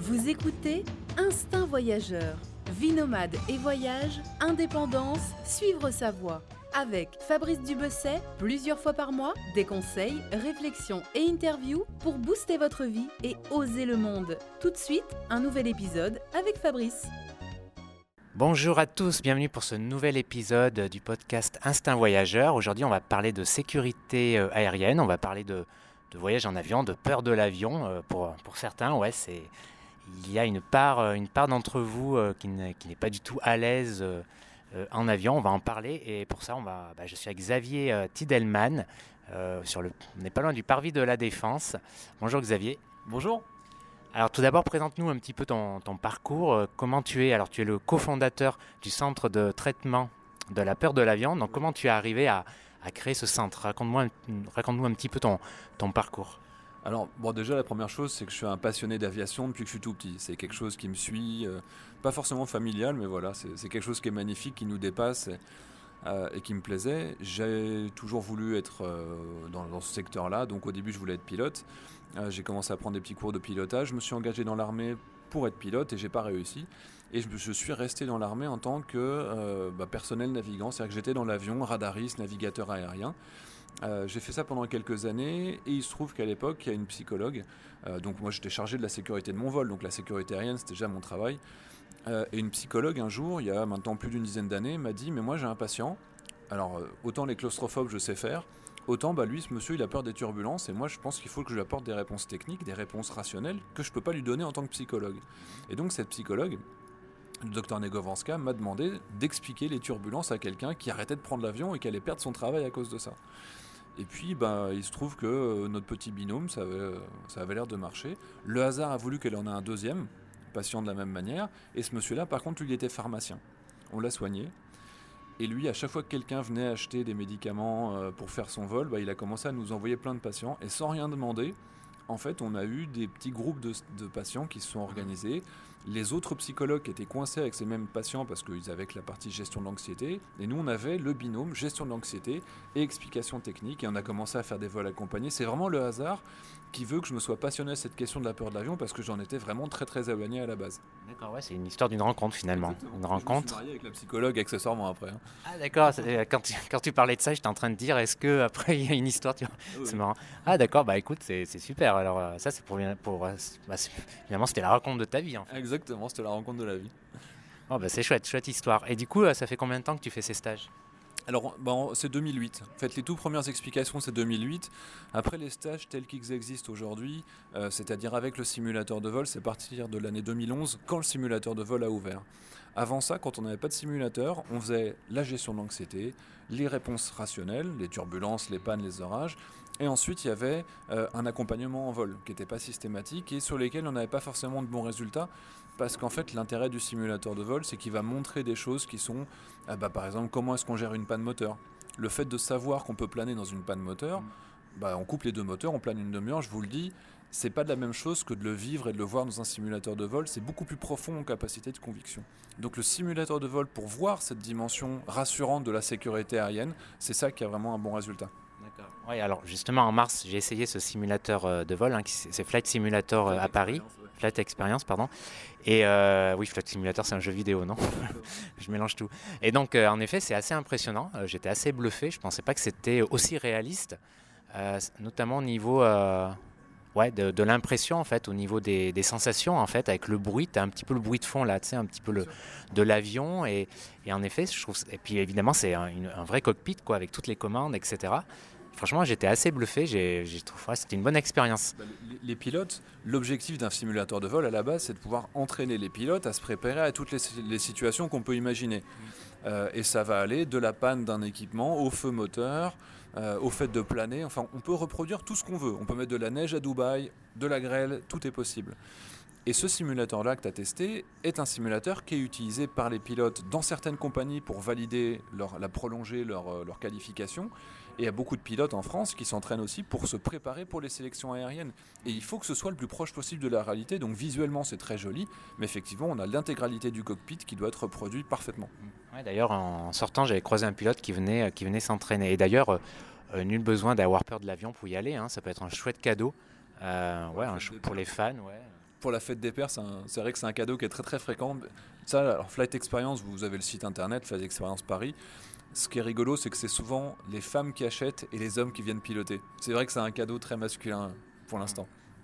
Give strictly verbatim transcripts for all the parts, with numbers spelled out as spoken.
Vous écoutez Instinct Voyageur. Vie nomade et voyage, indépendance, suivre sa voie. Avec Fabrice Dubesset, plusieurs fois par mois, des conseils, réflexions et interviews pour booster votre vie et oser le monde. Tout de suite, un nouvel épisode avec Fabrice. Bonjour à tous, bienvenue pour ce nouvel épisode du podcast Instinct Voyageur. Aujourd'hui, on va parler de sécurité aérienne, on va parler de, de voyage en avion, de peur de l'avion. Pour, pour certains, ouais, c'est, il y a une part, une part d'entre vous qui, ne, qui n'est pas du tout à l'aise en avion. On va en parler et pour ça, on va, bah, je suis avec Xavier Tidelman, euh, sur le, on n'est pas loin du parvis de la Défense. Bonjour Xavier. Bonjour. Alors tout d'abord, présente-nous un petit peu ton, ton parcours. Euh, comment tu es? Alors tu es le cofondateur du centre de traitement de la peur de l'avion. Donc comment tu es arrivé à, à créer ce centre? Raconte-moi, raconte-nous un petit peu ton, ton parcours. Alors bon, déjà la première chose, c'est que je suis un passionné d'aviation depuis que je suis tout petit. C'est quelque chose qui me suit, euh, pas forcément familial, mais voilà, c'est, c'est quelque chose qui est magnifique, qui nous dépasse et, euh, et qui me plaisait. J'ai toujours voulu être euh, dans, dans ce secteur-là. Donc au début, je voulais être pilote. Euh, j'ai commencé à prendre des petits cours de pilotage. Je me suis engagé dans l'armée pour être pilote et j'ai pas réussi. Et je, je suis resté dans l'armée en tant que euh, bah, personnel navigant, c'est-à-dire que j'étais dans l'avion, radariste, navigateur aérien. Euh, j'ai fait ça pendant quelques années et il se trouve qu'à l'époque, il y a une psychologue. Euh, donc moi, j'étais chargé de la sécurité de mon vol, donc la sécurité aérienne, c'était déjà mon travail. Euh, et une psychologue, un jour, il y a maintenant plus d'une dizaine d'années, m'a dit « Mais moi, j'ai un patient. Alors, euh, autant les claustrophobes, je sais faire. Autant, bah, lui, ce monsieur, il a peur des turbulences et moi, je pense qu'il faut que je lui apporte des réponses techniques, des réponses rationnelles que je ne peux pas lui donner en tant que psychologue. » Et donc, cette psychologue, le docteur Negovanska, m'a demandé d'expliquer les turbulences à quelqu'un qui arrêtait de prendre l'avion et qui allait perdre son travail à cause de ça. Et puis, bah, il se trouve que euh, notre petit binôme, ça avait, ça avait l'air de marcher. Le hasard a voulu qu'elle en ait un deuxième, patient de la même manière. Et ce monsieur-là, par contre, lui, il était pharmacien. On l'a soigné. Et lui, à chaque fois que quelqu'un venait acheter des médicaments euh, pour faire son vol, bah, il a commencé à nous envoyer plein de patients. Et sans rien demander, en fait, on a eu des petits groupes de, de patients qui se sont organisés. Les autres psychologues étaient coincés avec ces mêmes patients parce qu'ils avaient que la partie gestion de l'anxiété. Et nous, on avait le binôme gestion de l'anxiété et explication technique. Et on a commencé à faire des vols accompagnés. C'est vraiment le hasard qui veut que je me sois passionné à cette question de la peur de l'avion parce que j'en étais vraiment très très éloigné à la base. D'accord, ouais, c'est une histoire d'une rencontre finalement. Exactement. Une rencontre. Je me suis marié avec la psychologue accessoirement après. Hein. Ah d'accord, quand tu, quand tu parlais de ça, j'étais en train de dire, est-ce qu'après il y a une histoire tu vois Oui. C'est marrant. Ah d'accord, bah écoute, c'est, c'est super. Alors euh, ça, c'est pour... pour bah, c'est, finalement, c'était la rencontre de ta vie en fait. Exactement, c'était la rencontre de la vie. Oh, bah, c'est chouette, chouette histoire. Et du coup, ça fait combien de temps que tu fais ces stages? Alors, ben, c'est deux mille huit. En fait, les toutes premières explications, c'est deux mille huit. Après, les stages tels qu'ils existent aujourd'hui, euh, c'est-à-dire avec le simulateur de vol, c'est à partir de l'année deux mille onze, quand le simulateur de vol a ouvert. Avant ça, quand on n'avait pas de simulateur, on faisait la gestion de l'anxiété, les réponses rationnelles, les turbulences, les pannes, les orages. Et ensuite, il y avait euh, un accompagnement en vol qui n'était pas systématique et sur lesquels on n'avait pas forcément de bons résultats. Parce qu'en fait, l'intérêt du simulateur de vol, c'est qu'il va montrer des choses qui sont, euh, bah, par exemple, comment est-ce qu'on gère une panne moteur. Le fait de savoir qu'on peut planer dans une panne moteur, bah, on coupe les deux moteurs, on plane une demi-heure, je vous le dis, c'est pas de la même chose que de le vivre et de le voir dans un simulateur de vol, c'est beaucoup plus profond en capacité de conviction. Donc le simulateur de vol, pour voir cette dimension rassurante de la sécurité aérienne, c'est ça qui a vraiment un bon résultat. D'accord. Oui, alors justement en mars, j'ai essayé ce simulateur de vol, hein, qui, c'est Flight Simulator Flight à Paris. Ouais. Flight Experience, pardon. Et euh, oui, Flight Simulator, c'est un jeu vidéo, non? Je mélange tout. Et donc, euh, en effet, c'est assez impressionnant. Euh, j'étais assez bluffé. Je ne pensais pas que c'était aussi réaliste, euh, notamment au niveau euh, ouais, de, de l'impression, en fait, au niveau des, des sensations, en fait, avec le bruit. Tu as un petit peu le bruit de fond, là, tu sais, un petit peu le, de l'avion. Et, et en effet, je trouve... Et puis, évidemment, c'est un, une, un vrai cockpit, quoi, avec toutes les commandes, et cetera. Franchement, j'étais assez bluffé, j'ai, j'ai trouvé ouais, c'était une bonne expérience. Bah, les, les pilotes, l'objectif d'un simulateur de vol à la base, c'est de pouvoir entraîner les pilotes à se préparer à toutes les, les situations qu'on peut imaginer. Euh, et ça va aller de la panne d'un équipement au feu moteur, euh, au fait de planer. Enfin, on peut reproduire tout ce qu'on veut. On peut mettre de la neige à Dubaï, de la grêle, tout est possible. Et ce simulateur-là que tu as testé est un simulateur qui est utilisé par les pilotes dans certaines compagnies pour valider, leur, la prolonger leur, leur qualification. Et il y a beaucoup de pilotes en France qui s'entraînent aussi pour se préparer pour les sélections aériennes. Et il faut que ce soit le plus proche possible de la réalité. Donc visuellement, c'est très joli. Mais effectivement, on a l'intégralité du cockpit qui doit être reproduit parfaitement. Ouais, d'ailleurs, en sortant, j'avais croisé un pilote qui venait, qui venait s'entraîner. Et d'ailleurs, euh, nul besoin d'avoir peur de l'avion pour y aller. Hein. Ça peut être un chouette cadeau euh, ouais, un, pour les fans. Ouais. pour la fête des pères, c'est, un, c'est vrai que c'est un cadeau qui est très très fréquent. Ça, alors Flight Experience, vous avez le site internet, Flight Experience Paris. Ce qui est rigolo, c'est que c'est souvent les femmes qui achètent et les hommes qui viennent piloter. C'est vrai que c'est un cadeau très masculin pour l'instant.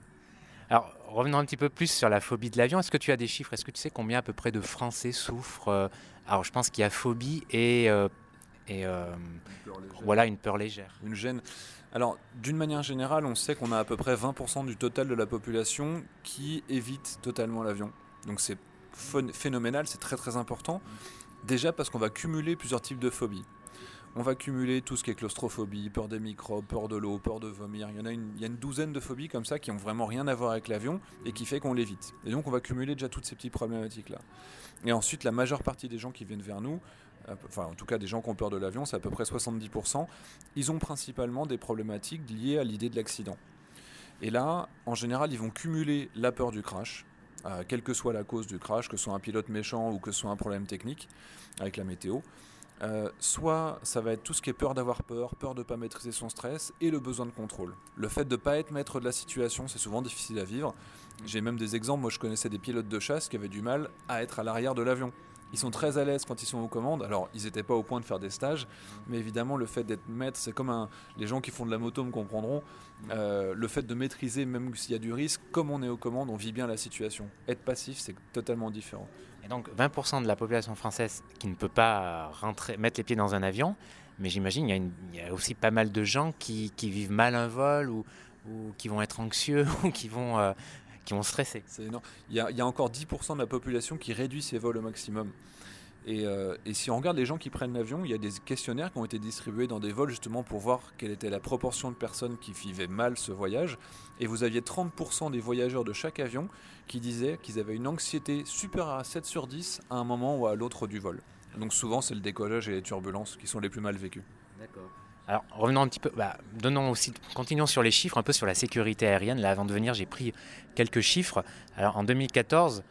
Alors, revenons un petit peu plus sur la phobie de l'avion. Est-ce que tu as des chiffres? Est-ce que tu sais combien à peu près de Français souffrent euh, Alors, je pense qu'il y a phobie et, euh, et euh, Une voilà, une peur légère. Une gêne. Alors, d'une manière générale, on sait qu'on a à peu près vingt pour cent du total de la population qui évite totalement l'avion. Donc c'est phénoménal, c'est très très important. Déjà parce qu'on va cumuler plusieurs types de phobies. On va cumuler tout ce qui est claustrophobie, peur des microbes, peur de l'eau, peur de vomir. Il y en a une, il y a une douzaine de phobies comme ça qui ont vraiment rien à voir avec l'avion et qui fait qu'on l'évite. Et donc on va cumuler déjà toutes ces petites problématiques-là. Et ensuite, la majeure partie des gens qui viennent vers nous, enfin en tout cas des gens qui ont peur de l'avion, c'est à peu près soixante-dix pour cent, ils ont principalement des problématiques liées à l'idée de l'accident. Et là, en général, ils vont cumuler la peur du crash, euh, quelle que soit la cause du crash, que ce soit un pilote méchant ou que ce soit un problème technique avec la météo. Euh, soit ça va être tout ce qui est peur d'avoir peur, peur de ne pas maîtriser son stress et le besoin de contrôle. Le fait de ne pas être maître de la situation, c'est souvent difficile à vivre. J'ai même des exemples, moi je connaissais des pilotes de chasse qui avaient du mal à être à l'arrière de l'avion. Ils sont très à l'aise quand ils sont aux commandes. Alors, ils n'étaient pas au point de faire des stages, mais évidemment, le fait d'être maître, c'est comme un, les gens qui font de la moto me comprendront. Euh, le fait de maîtriser, même s'il y a du risque, comme on est aux commandes, on vit bien la situation. Être passif, c'est totalement différent. Et donc, vingt pour cent de la population française qui ne peut pas rentrer, mettre les pieds dans un avion, mais j'imagine qu'il y a, une, il y a aussi pas mal de gens qui, qui vivent mal un vol ou, ou qui vont être anxieux ou qui vont... Euh, qui vont stresser. C'est énorme. Il y a, il y a encore dix pour cent de la population qui réduit ses vols au maximum. Et, euh, et si on regarde les gens qui prennent l'avion, il y a des questionnaires qui ont été distribués dans des vols justement pour voir quelle était la proportion de personnes qui vivaient mal ce voyage. Et vous aviez trente pour cent des voyageurs de chaque avion qui disaient qu'ils avaient une anxiété supérieure à sept sur dix à un moment ou à l'autre du vol. Donc souvent, c'est le décollage et les turbulences qui sont les plus mal vécues. D'accord. Alors revenons un petit peu, bah, donnons aussi, continuons sur les chiffres, un peu sur la sécurité aérienne. Là, avant de venir, j'ai pris quelques chiffres. Alors en deux mille quatorze,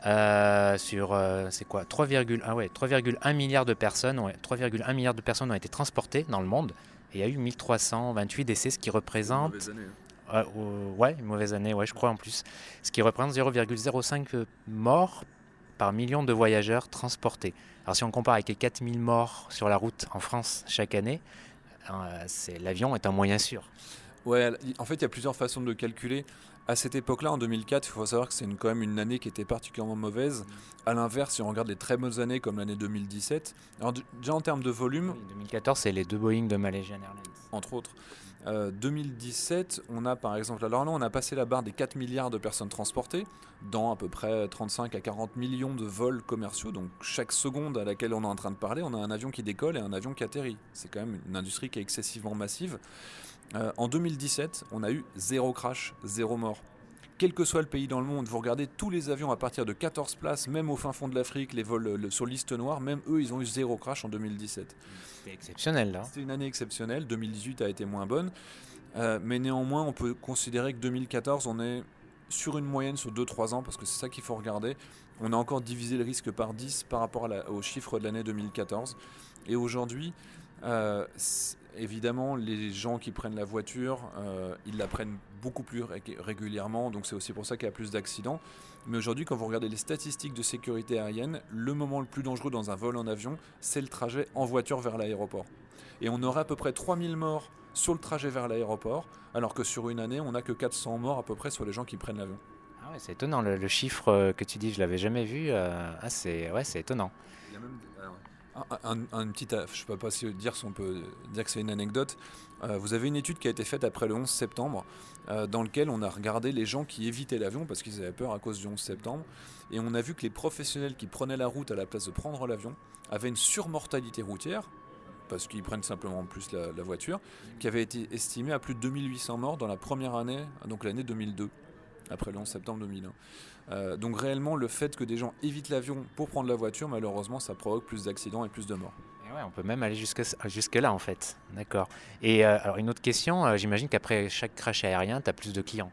euh, sur euh, c'est quoi, trois virgule un, ouais, trois virgule un milliards de personnes, ouais, trois virgule un milliards de personnes ont été transportées dans le monde. Et il y a eu mille trois cent vingt-huit décès, ce qui représente. Une mauvaise année, hein. euh, euh, ouais, une mauvaise année, ouais, je crois en plus. Ce qui représente zéro virgule zéro cinq morts par million de voyageurs transportés. Alors si on compare avec les quatre mille morts sur la route en France chaque année, Euh, c'est, l'avion est un moyen sûr. Ouais, en fait, il y a plusieurs façons de le calculer. À cette époque-là, en deux mille quatre, il faut savoir que c'est une, quand même une année qui était particulièrement mauvaise. À l'inverse, si on regarde les très bonnes années comme l'année deux mille dix-sept, alors déjà en termes de volume... Oui, deux mille quatorze, c'est les deux Boeing de Malaysian Airlines. Entre autres. Euh, deux mille dix-sept, on a par exemple, alors là, on a passé la barre des quatre milliards de personnes transportées dans à peu près trente-cinq à quarante millions de vols commerciaux. Donc chaque seconde à laquelle on est en train de parler, on a un avion qui décolle et un avion qui atterrit. C'est quand même une industrie qui est excessivement massive. Euh, en deux mille dix-sept, on a eu zéro crash, zéro mort. Quel que soit le pays dans le monde, vous regardez tous les avions à partir de quatorze places, même au fin fond de l'Afrique, les vols le, sur liste noire, même eux, ils ont eu zéro crash en deux mille dix-sept. C'était exceptionnel, là. C'était une année exceptionnelle, deux mille dix-huit a été moins bonne, euh, mais néanmoins, on peut considérer que deux mille quatorze, on est sur une moyenne sur deux trois ans, parce que c'est ça qu'il faut regarder. On a encore divisé le risque par dix par rapport à la, aux chiffres de l'année deux mille quatorze. Et aujourd'hui, euh, évidemment, les gens qui prennent la voiture, euh, ils la prennent beaucoup plus ré- régulièrement, donc c'est aussi pour ça qu'il y a plus d'accidents. Mais aujourd'hui, quand vous regardez les statistiques de sécurité aérienne, le moment le plus dangereux dans un vol en avion, c'est le trajet en voiture vers l'aéroport. Et on aurait à peu près trois mille morts sur le trajet vers l'aéroport, alors que sur une année, on n'a que quatre cents morts à peu près sur les gens qui prennent l'avion. Ah ouais, c'est étonnant, le, le chiffre que tu dis, je ne l'avais jamais vu. Euh, ah, c'est, ouais, c'est étonnant. Il y a même, alors, un, un, un petit, je ne sais pas si dire si on peut dire que c'est une anecdote. Euh, vous avez une étude qui a été faite après le onze septembre, euh, dans laquelle on a regardé les gens qui évitaient l'avion parce qu'ils avaient peur à cause du onze septembre. Et on a vu que les professionnels qui prenaient la route à la place de prendre l'avion avaient une surmortalité routière, parce qu'ils prennent simplement plus la, la voiture, qui avait été estimée à plus de deux mille huit cents morts dans la première année, donc l'année deux mille deux, après le onze septembre deux mille un. Euh, donc réellement, le fait que des gens évitent l'avion pour prendre la voiture, malheureusement, ça provoque plus d'accidents et plus de morts. Et ouais, on peut même aller jusque, jusque là en fait. D'accord. Et euh, alors une autre question, euh, j'imagine qu'après chaque crash aérien, tu as plus de clients.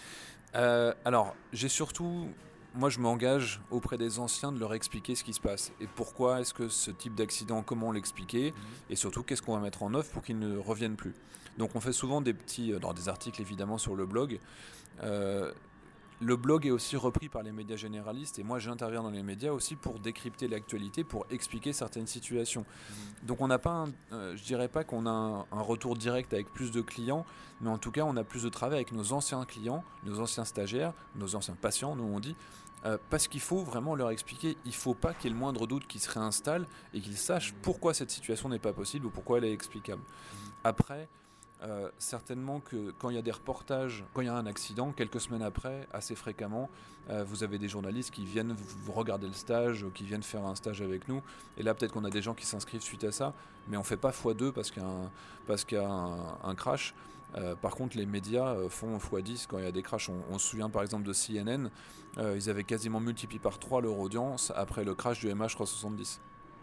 Euh, alors, j'ai surtout... Moi, je m'engage auprès des anciens de leur expliquer ce qui se passe et pourquoi est-ce que ce type d'accident, comment l'expliquer, mmh. et surtout qu'est-ce qu'on va mettre en œuvre pour qu'ils ne reviennent plus. Donc, on fait souvent des petits, dans des articles évidemment sur le blog. Euh, le blog est aussi repris par les médias généralistes et moi j'interviens dans les médias aussi pour décrypter l'actualité, pour expliquer certaines situations. Mmh. Donc on n'a pas, un, euh, je dirais pas qu'on a un, un retour direct avec plus de clients, mais en tout cas on a plus de travail avec nos anciens clients, nos anciens stagiaires, nos anciens patients, nous on dit, euh, parce qu'il faut vraiment leur expliquer, il ne faut pas qu'il y ait le moindre doute qui se réinstalle et qu'ils sachent pourquoi cette situation n'est pas possible ou pourquoi elle est explicable. Mmh. Après, Euh, certainement que quand il y a des reportages, quand il y a un accident, quelques semaines après, assez fréquemment, euh, vous avez des journalistes qui viennent vous regarder le stage, ou qui viennent faire un stage avec nous. Et là, peut-être qu'on a des gens qui s'inscrivent suite à ça, mais on ne fait pas fois deux parce qu'il y a un, parce qu'il y a un, un crash. Euh, par contre, les médias euh, font fois dix quand il y a des crashs. On, on se souvient par exemple de C N N, euh, ils avaient quasiment multiplié par trois leur audience après le crash du M H trois cent soixante-dix.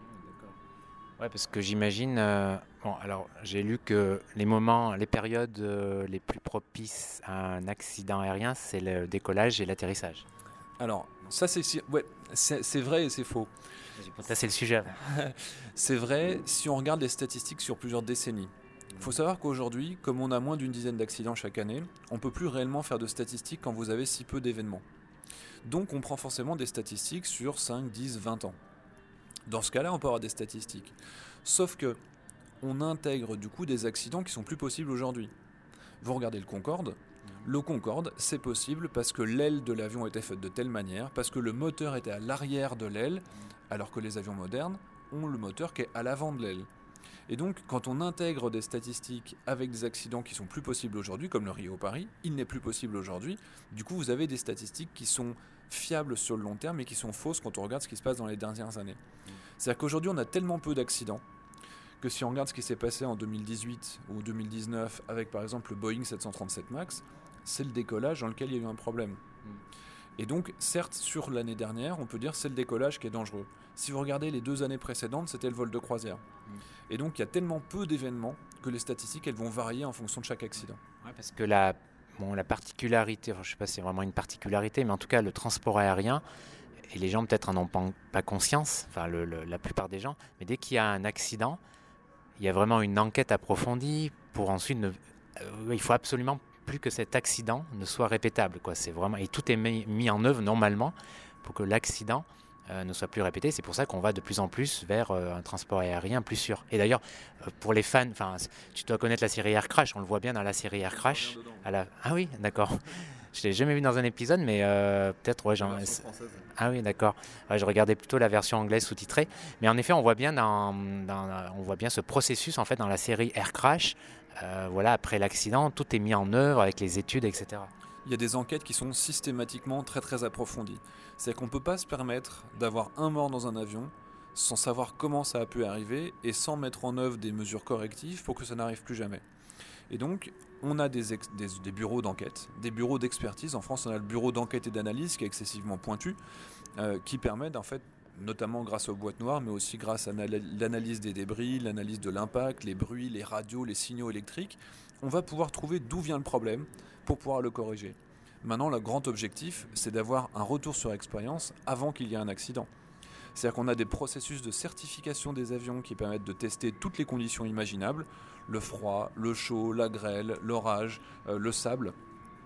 Ouais, parce que j'imagine, euh, bon, alors j'ai lu que les moments, les périodes euh, les plus propices à un accident aérien, c'est le décollage et l'atterrissage. Alors, ça c'est, ouais, c'est, c'est vrai et c'est faux. Ça c'est le sujet. C'est vrai si on regarde les statistiques sur plusieurs décennies. Il faut savoir qu'aujourd'hui, comme on a moins d'une dizaine d'accidents chaque année, on ne peut plus réellement faire de statistiques quand vous avez si peu d'événements. Donc on prend forcément des statistiques sur cinq, dix, vingt ans. Dans ce cas-là, on peut avoir des statistiques. Sauf que on intègre du coup des accidents qui sont plus possibles aujourd'hui. Vous regardez le Concorde. Le Concorde, c'est possible parce que l'aile de l'avion était faite de telle manière, parce que le moteur était à l'arrière de l'aile, alors que les avions modernes ont le moteur qui est à l'avant de l'aile. Et donc, quand on intègre des statistiques avec des accidents qui sont plus possibles aujourd'hui, comme le Rio-Paris, il n'est plus possible aujourd'hui. Du coup, vous avez des statistiques qui sont fiables sur le long terme et qui sont fausses quand on regarde ce qui se passe dans les dernières années. C'est-à-dire qu'aujourd'hui, on a tellement peu d'accidents que si on regarde ce qui s'est passé en deux mille dix-huit ou deux mille dix-neuf avec par exemple le Boeing sept cent trente-sept MAX, c'est le décollage dans lequel il y a eu un problème. Mm. Et donc, certes, sur l'année dernière, on peut dire que c'est le décollage qui est dangereux. Si vous regardez les deux années précédentes, c'était le vol de croisière. Mm. Et donc, il y a tellement peu d'événements que les statistiques, elles vont varier en fonction de chaque accident. Ouais, parce que la, bon, la particularité, enfin, je ne sais pas si c'est vraiment une particularité, mais en tout cas, le transport aérien, et les gens peut-être n'en ont pas conscience, enfin le, le, la plupart des gens, mais dès qu'il y a un accident, il y a vraiment une enquête approfondie pour ensuite, ne, euh, il faut absolument plus que cet accident ne soit répétable, quoi. C'est vraiment, et tout est mis, mis en œuvre normalement pour que l'accident euh, ne soit plus répété. C'est pour ça qu'on va de plus en plus vers euh, un transport aérien plus sûr. Et d'ailleurs, euh, pour les fans, tu dois connaître la série Air Crash, on le voit bien dans la série Air Crash. À la... Ah oui, d'accord. Je ne l'ai jamais vu dans un épisode, mais euh, peut-être, ouais, j'en... Ah oui, d'accord. Ouais, je regardais plutôt la version anglaise sous-titrée. Mais en effet, on voit bien, dans, dans, on voit bien ce processus en fait, dans la série Air Crash. Euh, voilà, après l'accident, tout est mis en œuvre avec les études, et cetera. Il y a des enquêtes qui sont systématiquement très très approfondies. C'est qu'on ne peut pas se permettre d'avoir un mort dans un avion sans savoir comment ça a pu arriver et sans mettre en œuvre des mesures correctives pour que ça n'arrive plus jamais. Et donc, on a des, ex- des, des bureaux d'enquête, des bureaux d'expertise. En France, on a le bureau d'enquête et d'analyse qui est excessivement pointu, euh, qui permet, en fait, notamment grâce aux boîtes noires, mais aussi grâce à l'analyse des débris, l'analyse de l'impact, les bruits, les radios, les signaux électriques, on va pouvoir trouver d'où vient le problème pour pouvoir le corriger. Maintenant, le grand objectif, c'est d'avoir un retour sur expérience avant qu'il y ait un accident. C'est-à-dire qu'on a des processus de certification des avions qui permettent de tester toutes les conditions imaginables, le froid, le chaud, la grêle, l'orage, euh, le sable.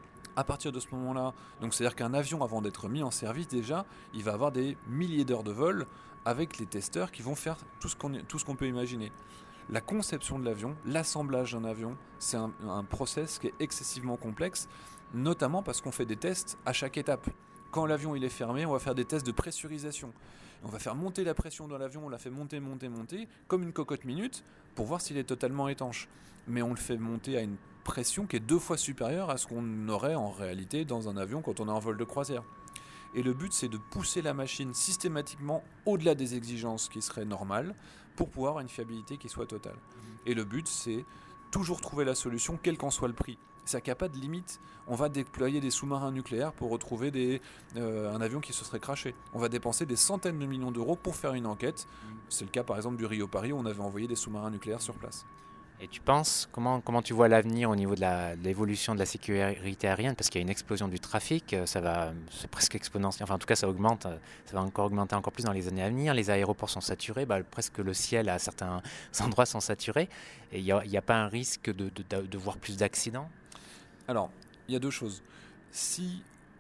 À partir de ce moment-là, donc c'est-à-dire qu'un avion, avant d'être mis en service, déjà, il va avoir des milliers d'heures de vol avec les testeurs qui vont faire tout ce qu'on, tout ce qu'on peut imaginer. La conception de l'avion, l'assemblage d'un avion, c'est un, un process qui est excessivement complexe, notamment parce qu'on fait des tests à chaque étape. Quand l'avion il est fermé, on va faire des tests de pressurisation. On va faire monter la pression dans l'avion, on la fait monter, monter, monter, comme une cocotte minute, pour voir s'il est totalement étanche. Mais on le fait monter à une pression qui est deux fois supérieure à ce qu'on aurait en réalité dans un avion quand on est en vol de croisière. Et le but, c'est de pousser la machine systématiquement au-delà des exigences qui seraient normales pour pouvoir avoir une fiabilité qui soit totale. Et le but, c'est toujours trouver la solution, quel qu'en soit le prix. C'est-à-dire qu'il n'y a pas de limite. On va déployer des sous-marins nucléaires pour retrouver des, euh, un avion qui se serait crashé. On va dépenser des centaines de millions d'euros pour faire une enquête. C'est le cas par exemple du Rio-Paris où on avait envoyé des sous-marins nucléaires sur place. Et tu penses, comment, comment tu vois l'avenir au niveau de, la, de l'évolution de la sécurité aérienne? Parce qu'il y a une explosion du trafic, ça va, c'est presque exponentiel, enfin en tout cas ça augmente, ça va encore augmenter encore plus dans les années à venir. Les aéroports sont saturés, bah, presque le ciel à certains endroits sont saturés. Et il n'y a, a pas un risque de, de, de, de voir plus d'accidents? Alors, il y a deux choses. Si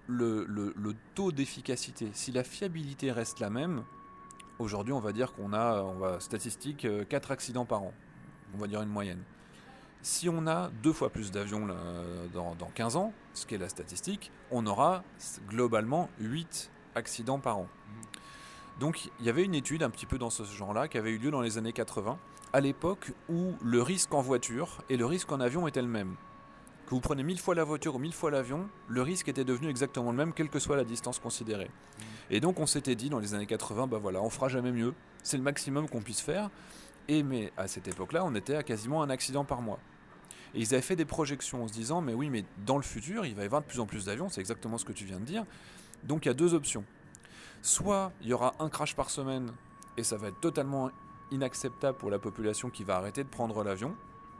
le, le, le taux d'efficacité, si la fiabilité reste la même, aujourd'hui on va dire qu'on a, on va, statistique, quatre accidents par an, on va dire une moyenne. Si on a deux fois plus d'avions là, dans, dans quinze ans, ce qui est la statistique, on aura globalement huit accidents par an. Donc il y avait une étude un petit peu dans ce genre-là qui avait eu lieu dans les années quatre-vingts, à l'époque où le risque en voiture et le risque en avion était le même. Que vous prenez mille fois la voiture ou mille fois l'avion, le risque était devenu exactement le même, quelle que soit la distance considérée. Et donc on s'était dit dans les années quatre-vingts, bah voilà, on fera jamais mieux, c'est le maximum qu'on puisse faire. Et mais à cette époque-là, on était à quasiment un accident par mois. Et ils avaient fait des projections en se disant, mais oui, mais dans le futur, il va y avoir de plus en plus d'avions, c'est exactement ce que tu viens de dire. Donc il y a deux options. Soit il y aura un crash par semaine, et ça va être totalement inacceptable pour la population qui va arrêter de prendre l'avion.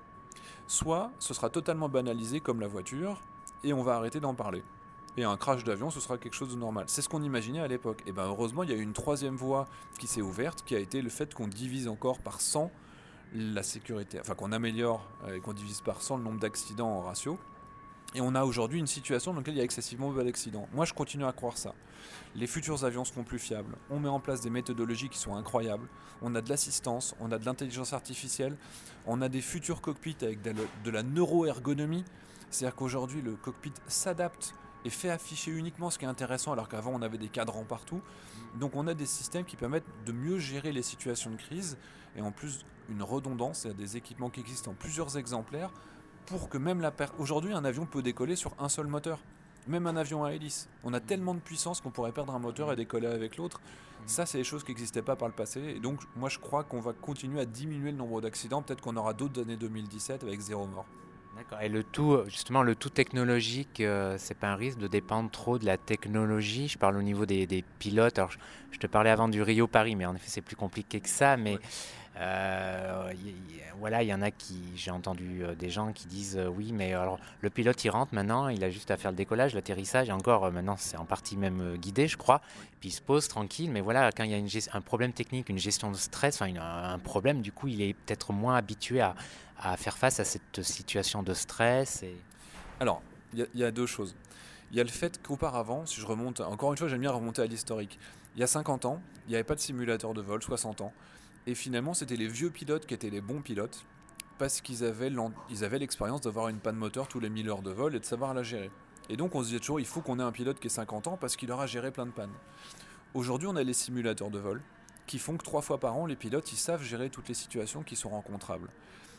Soit ce sera totalement banalisé comme la voiture, et on va arrêter d'en parler. Et un crash d'avion, ce sera quelque chose de normal. C'est ce qu'on imaginait à l'époque. Et bien heureusement, il y a eu une troisième voie qui s'est ouverte, qui a été le fait qu'on divise encore par cent la sécurité, enfin qu'on améliore et qu'on divise par cent le nombre d'accidents en ratio. Et on a aujourd'hui une situation dans laquelle il y a excessivement peu d'accidents. Moi, je continue à croire ça. Les futurs avions seront plus fiables. On met en place des méthodologies qui sont incroyables. On a de l'assistance, on a de l'intelligence artificielle, on a des futurs cockpits avec de la, de la neuroergonomie. C'est-à-dire qu'aujourd'hui, le cockpit s'adapte et fait afficher uniquement ce qui est intéressant, alors qu'avant, on avait des cadrans partout. Donc, on a des systèmes qui permettent de mieux gérer les situations de crise et en plus, une redondance, c'est-à-dire des équipements qui existent en plusieurs exemplaires pour que même la per... Aujourd'hui, un avion peut décoller sur un seul moteur. Même un avion à hélice. On a tellement de puissance qu'on pourrait perdre un moteur et décoller avec l'autre. Ça, c'est des choses qui n'existaient pas par le passé. Et donc, moi, je crois qu'on va continuer à diminuer le nombre d'accidents. Peut-être qu'on aura d'autres années deux mille dix-sept avec zéro mort. D'accord. Et le tout, justement, le tout technologique, euh, c'est pas un risque de dépendre trop de la technologie? Je parle au niveau des, des pilotes. Alors, je, je te parlais avant du Rio-Paris, mais en effet, c'est plus compliqué que ça. Mais ouais. euh, y, y, voilà, il y en a qui, j'ai entendu euh, des gens qui disent euh, oui, mais alors le pilote il rentre maintenant, il a juste à faire le décollage, l'atterrissage, et encore euh, maintenant c'est en partie même euh, guidé, je crois. Puis il se pose tranquille, mais voilà, quand il y a une gest- un problème technique, une gestion de stress, enfin une, un problème, du coup, il est peut-être moins habitué à à faire face à cette situation de stress et... Alors, il y, y a deux choses. Il y a le fait qu'auparavant, si je remonte, encore une fois, j'aime bien remonter à l'historique. Il y a cinquante ans, il n'y avait pas de simulateur de vol, soixante ans. Et finalement, c'était les vieux pilotes qui étaient les bons pilotes parce qu'ils avaient, ils avaient l'expérience d'avoir une panne moteur tous les mille heures de vol et de savoir la gérer. Et donc, on se disait toujours, il faut qu'on ait un pilote qui ait cinquante ans parce qu'il aura géré plein de pannes. Aujourd'hui, on a les simulateurs de vol qui font que trois fois par an, les pilotes, ils savent gérer toutes les situations qui sont rencontrables.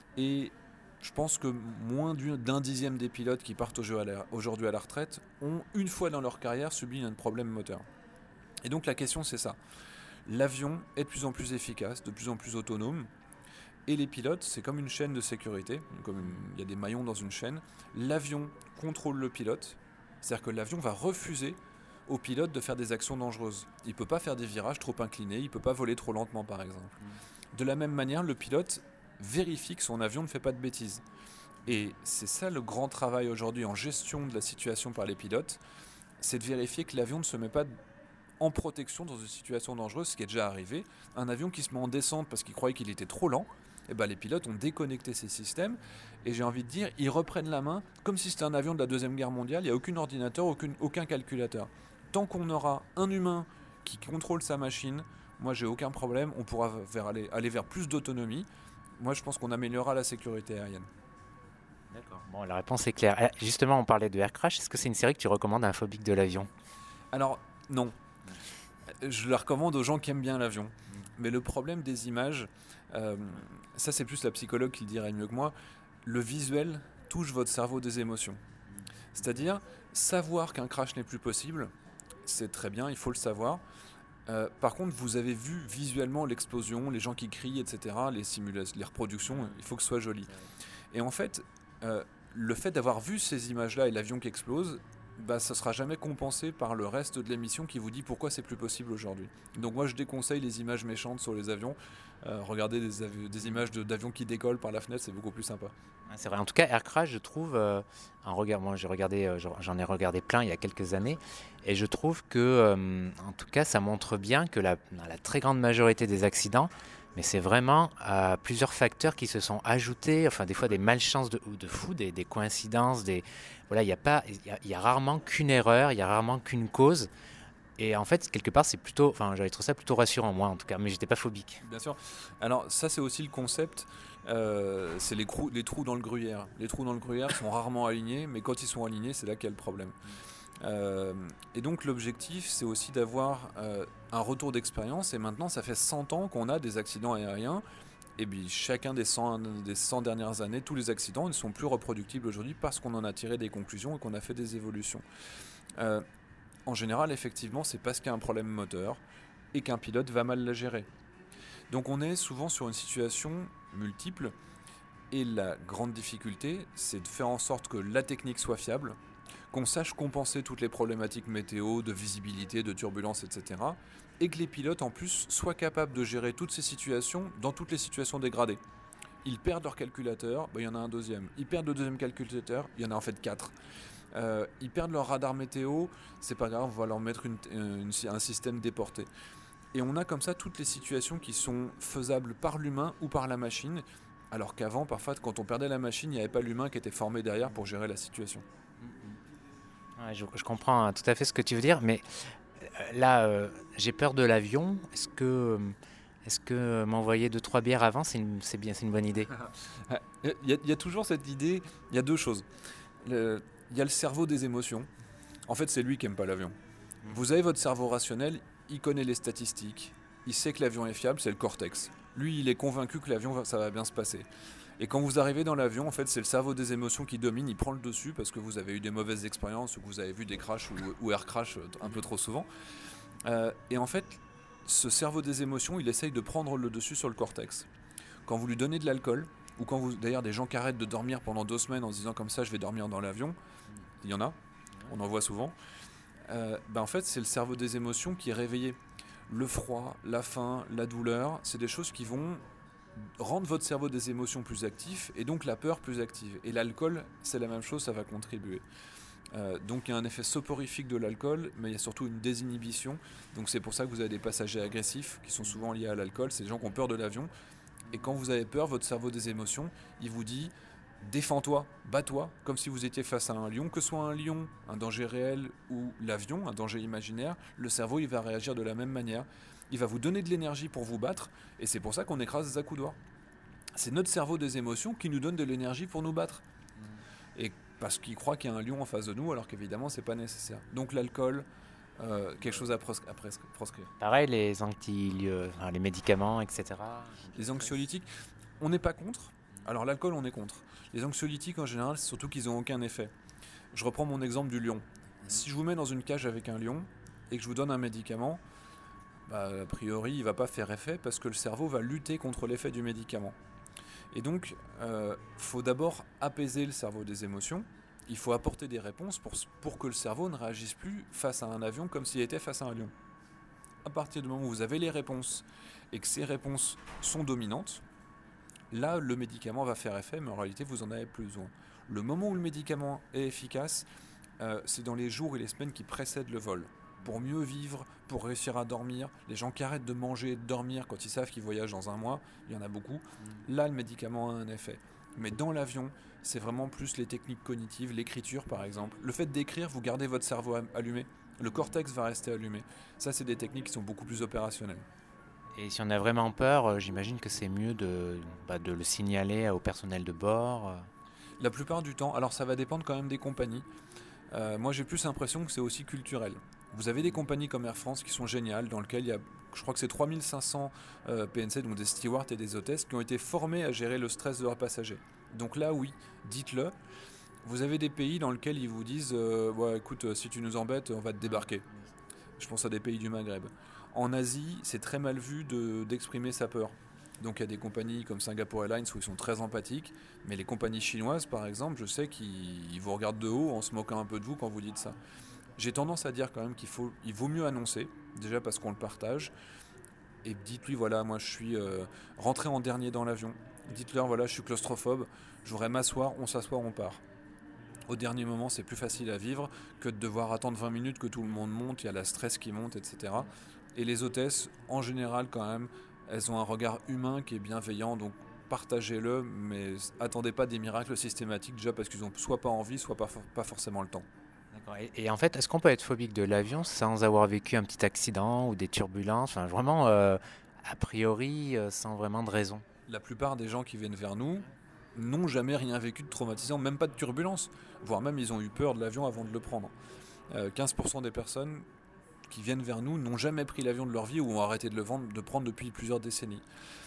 Et je pense que moins d'un dixième des pilotes qui partent aujourd'hui à la retraite ont une fois dans leur carrière subi un problème moteur. Et donc la question c'est ça. L'avion est de plus en plus efficace, de plus en plus autonome. Et les pilotes, c'est comme une chaîne de sécurité. Comme une, il y a des maillons dans une chaîne. L'avion contrôle le pilote. C'est-à-dire que l'avion va refuser au pilote de faire des actions dangereuses. Il ne peut pas faire des virages trop inclinés, il ne peut pas voler trop lentement par exemple. De la même manière, le pilote vérifie que son avion ne fait pas de bêtises. Et c'est ça le grand travail aujourd'hui en gestion de la situation par les pilotes, c'est de vérifier que l'avion ne se met pas en protection dans une situation dangereuse, ce qui est déjà arrivé. Un avion qui se met en descente parce qu'il croyait qu'il était trop lent, et ben les pilotes ont déconnecté ces systèmes, et j'ai envie de dire, ils reprennent la main comme si c'était un avion de la Deuxième Guerre mondiale, il n'y a aucun ordinateur, aucun, aucun calculateur. Tant qu'on aura un humain qui contrôle sa machine, moi j'ai aucun problème, on pourra vers aller, aller vers plus d'autonomie. Moi, je pense qu'on améliorera la sécurité aérienne. D'accord. Bon, la réponse est claire. Justement, on parlait de Air Crash. Est-ce que c'est une série que tu recommandes à un phobique de l'avion? Alors, non. Je la recommande aux gens qui aiment bien l'avion. Mmh. Mais le problème des images, euh, ça c'est plus la psychologue qui le dirait mieux que moi, le visuel touche votre cerveau des émotions. Mmh. C'est-à-dire, savoir qu'un crash n'est plus possible, c'est très bien, il faut le savoir. Euh, par contre, vous avez vu visuellement l'explosion, les gens qui crient, et cetera, les simulations, les reproductions, il faut que ce soit joli. Et en fait, euh, le fait d'avoir vu ces images-là et l'avion qui explose, bah, ça ne sera jamais compensé par le reste de l'émission qui vous dit pourquoi c'est plus possible aujourd'hui. Donc moi, je déconseille les images méchantes sur les avions. Euh, regardez des, avi- des images de, d'avions qui décollent par la fenêtre, c'est beaucoup plus sympa. C'est vrai. En tout cas, Air Crash, je trouve, euh, en regard, moi, j'ai regardé, euh, j'en ai regardé plein il y a quelques années, et je trouve que, euh, en tout cas, ça montre bien que la, la très grande majorité des accidents mais c'est vraiment euh, plusieurs facteurs qui se sont ajoutés, enfin des fois des malchances de, de fou, des, des coïncidences, des voilà, il y a pas, il y a, y a rarement qu'une erreur, il y a rarement qu'une cause. Et en fait, quelque part, c'est plutôt, enfin, j'avais trouvé ça plutôt rassurant, moi en tout cas, mais j'étais pas phobique. Bien sûr. Alors ça, c'est aussi le concept. Euh, c'est les, crou- les trous dans le gruyère. Les trous dans le gruyère sont rarement alignés, mais quand ils sont alignés, c'est là qu'il y a le problème. Euh, et donc l'objectif, c'est aussi d'avoir euh, un retour d'expérience. Et maintenant, ça fait cent ans qu'on a des accidents aériens. Et puis chacun des cent, des cent dernières années, tous les accidents ne sont plus reproductibles aujourd'hui parce qu'on en a tiré des conclusions et qu'on a fait des évolutions. Euh, en général, effectivement, c'est parce qu'il y a un problème moteur et qu'un pilote va mal la gérer. Donc on est souvent sur une situation multiple et la grande difficulté, c'est de faire en sorte que la technique soit fiable, qu'on sache compenser toutes les problématiques météo, de visibilité, de turbulence, et cetera. Et que les pilotes en plus soient capables de gérer toutes ces situations dans toutes les situations dégradées. Ils perdent leur calculateur, ben, il y en a un deuxième. Ils perdent le deuxième calculateur, il y en a en fait quatre. Euh, ils perdent leur radar météo, c'est pas grave, on va leur mettre une, une, un système déporté. Et on a comme ça toutes les situations qui sont faisables par l'humain ou par la machine, alors qu'avant, parfois, quand on perdait la machine, il n'y avait pas l'humain qui était formé derrière pour gérer la situation. Ouais, je, je comprends tout à fait ce que tu veux dire, mais là, euh, j'ai peur de l'avion. Est-ce que, est-ce que m'envoyer deux, trois bières avant, c'est, une, c'est, bien, c'est une bonne idée? Il y, a, il y a toujours cette idée, il y a deux choses. Le, il y a le cerveau des émotions. En fait, c'est lui qui n'aime pas l'avion. Vous avez votre cerveau rationnel, il connaît les statistiques, il sait que l'avion est fiable, c'est le cortex. Lui, il est convaincu que l'avion, ça va bien se passer. Et quand vous arrivez dans l'avion, en fait, c'est le cerveau des émotions qui domine, il prend le dessus parce que vous avez eu des mauvaises expériences ou que vous avez vu des crashs ou, ou air crash un peu trop souvent. Euh, et en fait, ce cerveau des émotions, il essaye de prendre le dessus sur le cortex. Quand vous lui donnez de l'alcool, ou quand vous, d'ailleurs, des gens qui arrêtent de dormir pendant deux semaines en se disant comme ça, je vais dormir dans l'avion, il y en a, on en voit souvent. Euh, ben en fait, c'est le cerveau des émotions qui est réveillé. Le froid, la faim, la douleur, c'est des choses qui vont rendre votre cerveau des émotions plus actif et donc la peur plus active. Et l'alcool, c'est la même chose, ça va contribuer. Euh, donc il y a un effet soporifique de l'alcool, mais il y a surtout une désinhibition. Donc c'est pour ça que vous avez des passagers agressifs qui sont souvent liés à l'alcool. C'est des gens qui ont peur de l'avion. Et quand vous avez peur, votre cerveau des émotions, il vous dit défends-toi, bats-toi, comme si vous étiez face à un lion, que ce soit un lion, un danger réel ou l'avion, un danger imaginaire, le cerveau il va réagir de la même manière. Il va vous donner de l'énergie pour vous battre, et c'est pour ça qu'on écrase des accoudoirs. C'est notre cerveau des émotions qui nous donne de l'énergie pour nous battre. Et parce qu'il croit qu'il y a un lion en face de nous, alors qu'évidemment c'est pas nécessaire. Donc l'alcool, euh, quelque chose à, proscri- à pres- proscrire. Pareil, les anti, enfin, les médicaments, et cetera. Les anxiolytiques, on n'est pas contre. Alors l'alcool, on est contre. Les anxiolytiques, en général, c'est surtout qu'ils n'ont aucun effet. Je reprends mon exemple du lion. Si je vous mets dans une cage avec un lion et que je vous donne un médicament, bah, a priori, il ne va pas faire effet parce que le cerveau va lutter contre l'effet du médicament. Et donc, il euh, faut d'abord apaiser le cerveau des émotions. Il faut apporter des réponses pour, pour que le cerveau ne réagisse plus face à un avion comme s'il était face à un lion. À partir du moment où vous avez les réponses et que ces réponses sont dominantes, là, le médicament va faire effet, mais en réalité, vous en avez plus besoin. Le moment où le médicament est efficace, euh, c'est dans les jours et les semaines qui précèdent le vol. Pour mieux vivre, pour réussir à dormir, les gens qui arrêtent de manger et de dormir quand ils savent qu'ils voyagent dans un mois, il y en a beaucoup, mmh. Là, le médicament a un effet. Mais dans l'avion, c'est vraiment plus les techniques cognitives, l'écriture par exemple. Le fait d'écrire, vous gardez votre cerveau allumé, le cortex va rester allumé. Ça, c'est des techniques qui sont beaucoup plus opérationnelles. Et si on a vraiment peur, euh, j'imagine que c'est mieux de, bah, de le signaler au personnel de bord. La plupart du temps, alors ça va dépendre quand même des compagnies. Euh, moi j'ai plus l'impression que c'est aussi culturel. Vous avez des compagnies comme Air France qui sont géniales, dans lesquelles il y a, je crois que c'est trois mille cinq cents euh, P N C, donc des stewards et des hôtesses, qui ont été formés à gérer le stress de leurs passagers. Donc là oui, dites-le. Vous avez des pays dans lesquels ils vous disent euh, ouais, écoute, si tu nous embêtes, on va te débarquer. Je pense à des pays du Maghreb. En Asie, c'est très mal vu de, d'exprimer sa peur. Donc il y a des compagnies comme Singapore Airlines où ils sont très empathiques, mais les compagnies chinoises par exemple, je sais qu'ils vous regardent de haut en se moquant un peu de vous quand vous dites ça. J'ai tendance à dire quand même qu'il faut, il vaut mieux annoncer, déjà parce qu'on le partage, et dites-lui voilà, moi je suis euh, rentré en dernier dans l'avion, dites-leur voilà, je suis claustrophobe, je voudrais m'asseoir, on s'assoit, on part. Au dernier moment, c'est plus facile à vivre que de devoir attendre vingt minutes que tout le monde monte, il y a la stress qui monte, et cetera. Et les hôtesses, en général, quand même, elles ont un regard humain qui est bienveillant, donc partagez-le, mais attendez pas des miracles systématiques, déjà parce qu'ils ont soit pas envie, soit pas, for- pas forcément le temps. D'accord. Et, et en fait, est-ce qu'on peut être phobique de l'avion sans avoir vécu un petit accident ou des turbulences, enfin, vraiment, euh, a priori, euh, sans vraiment de raison? La plupart des gens qui viennent vers nous n'ont jamais rien vécu de traumatisant, même pas de turbulence, voire même ils ont eu peur de l'avion avant de le prendre. Euh, quinze pour cent des personnes qui viennent vers nous n'ont jamais pris l'avion de leur vie ou ont arrêté de le vendre, de prendre depuis plusieurs décennies.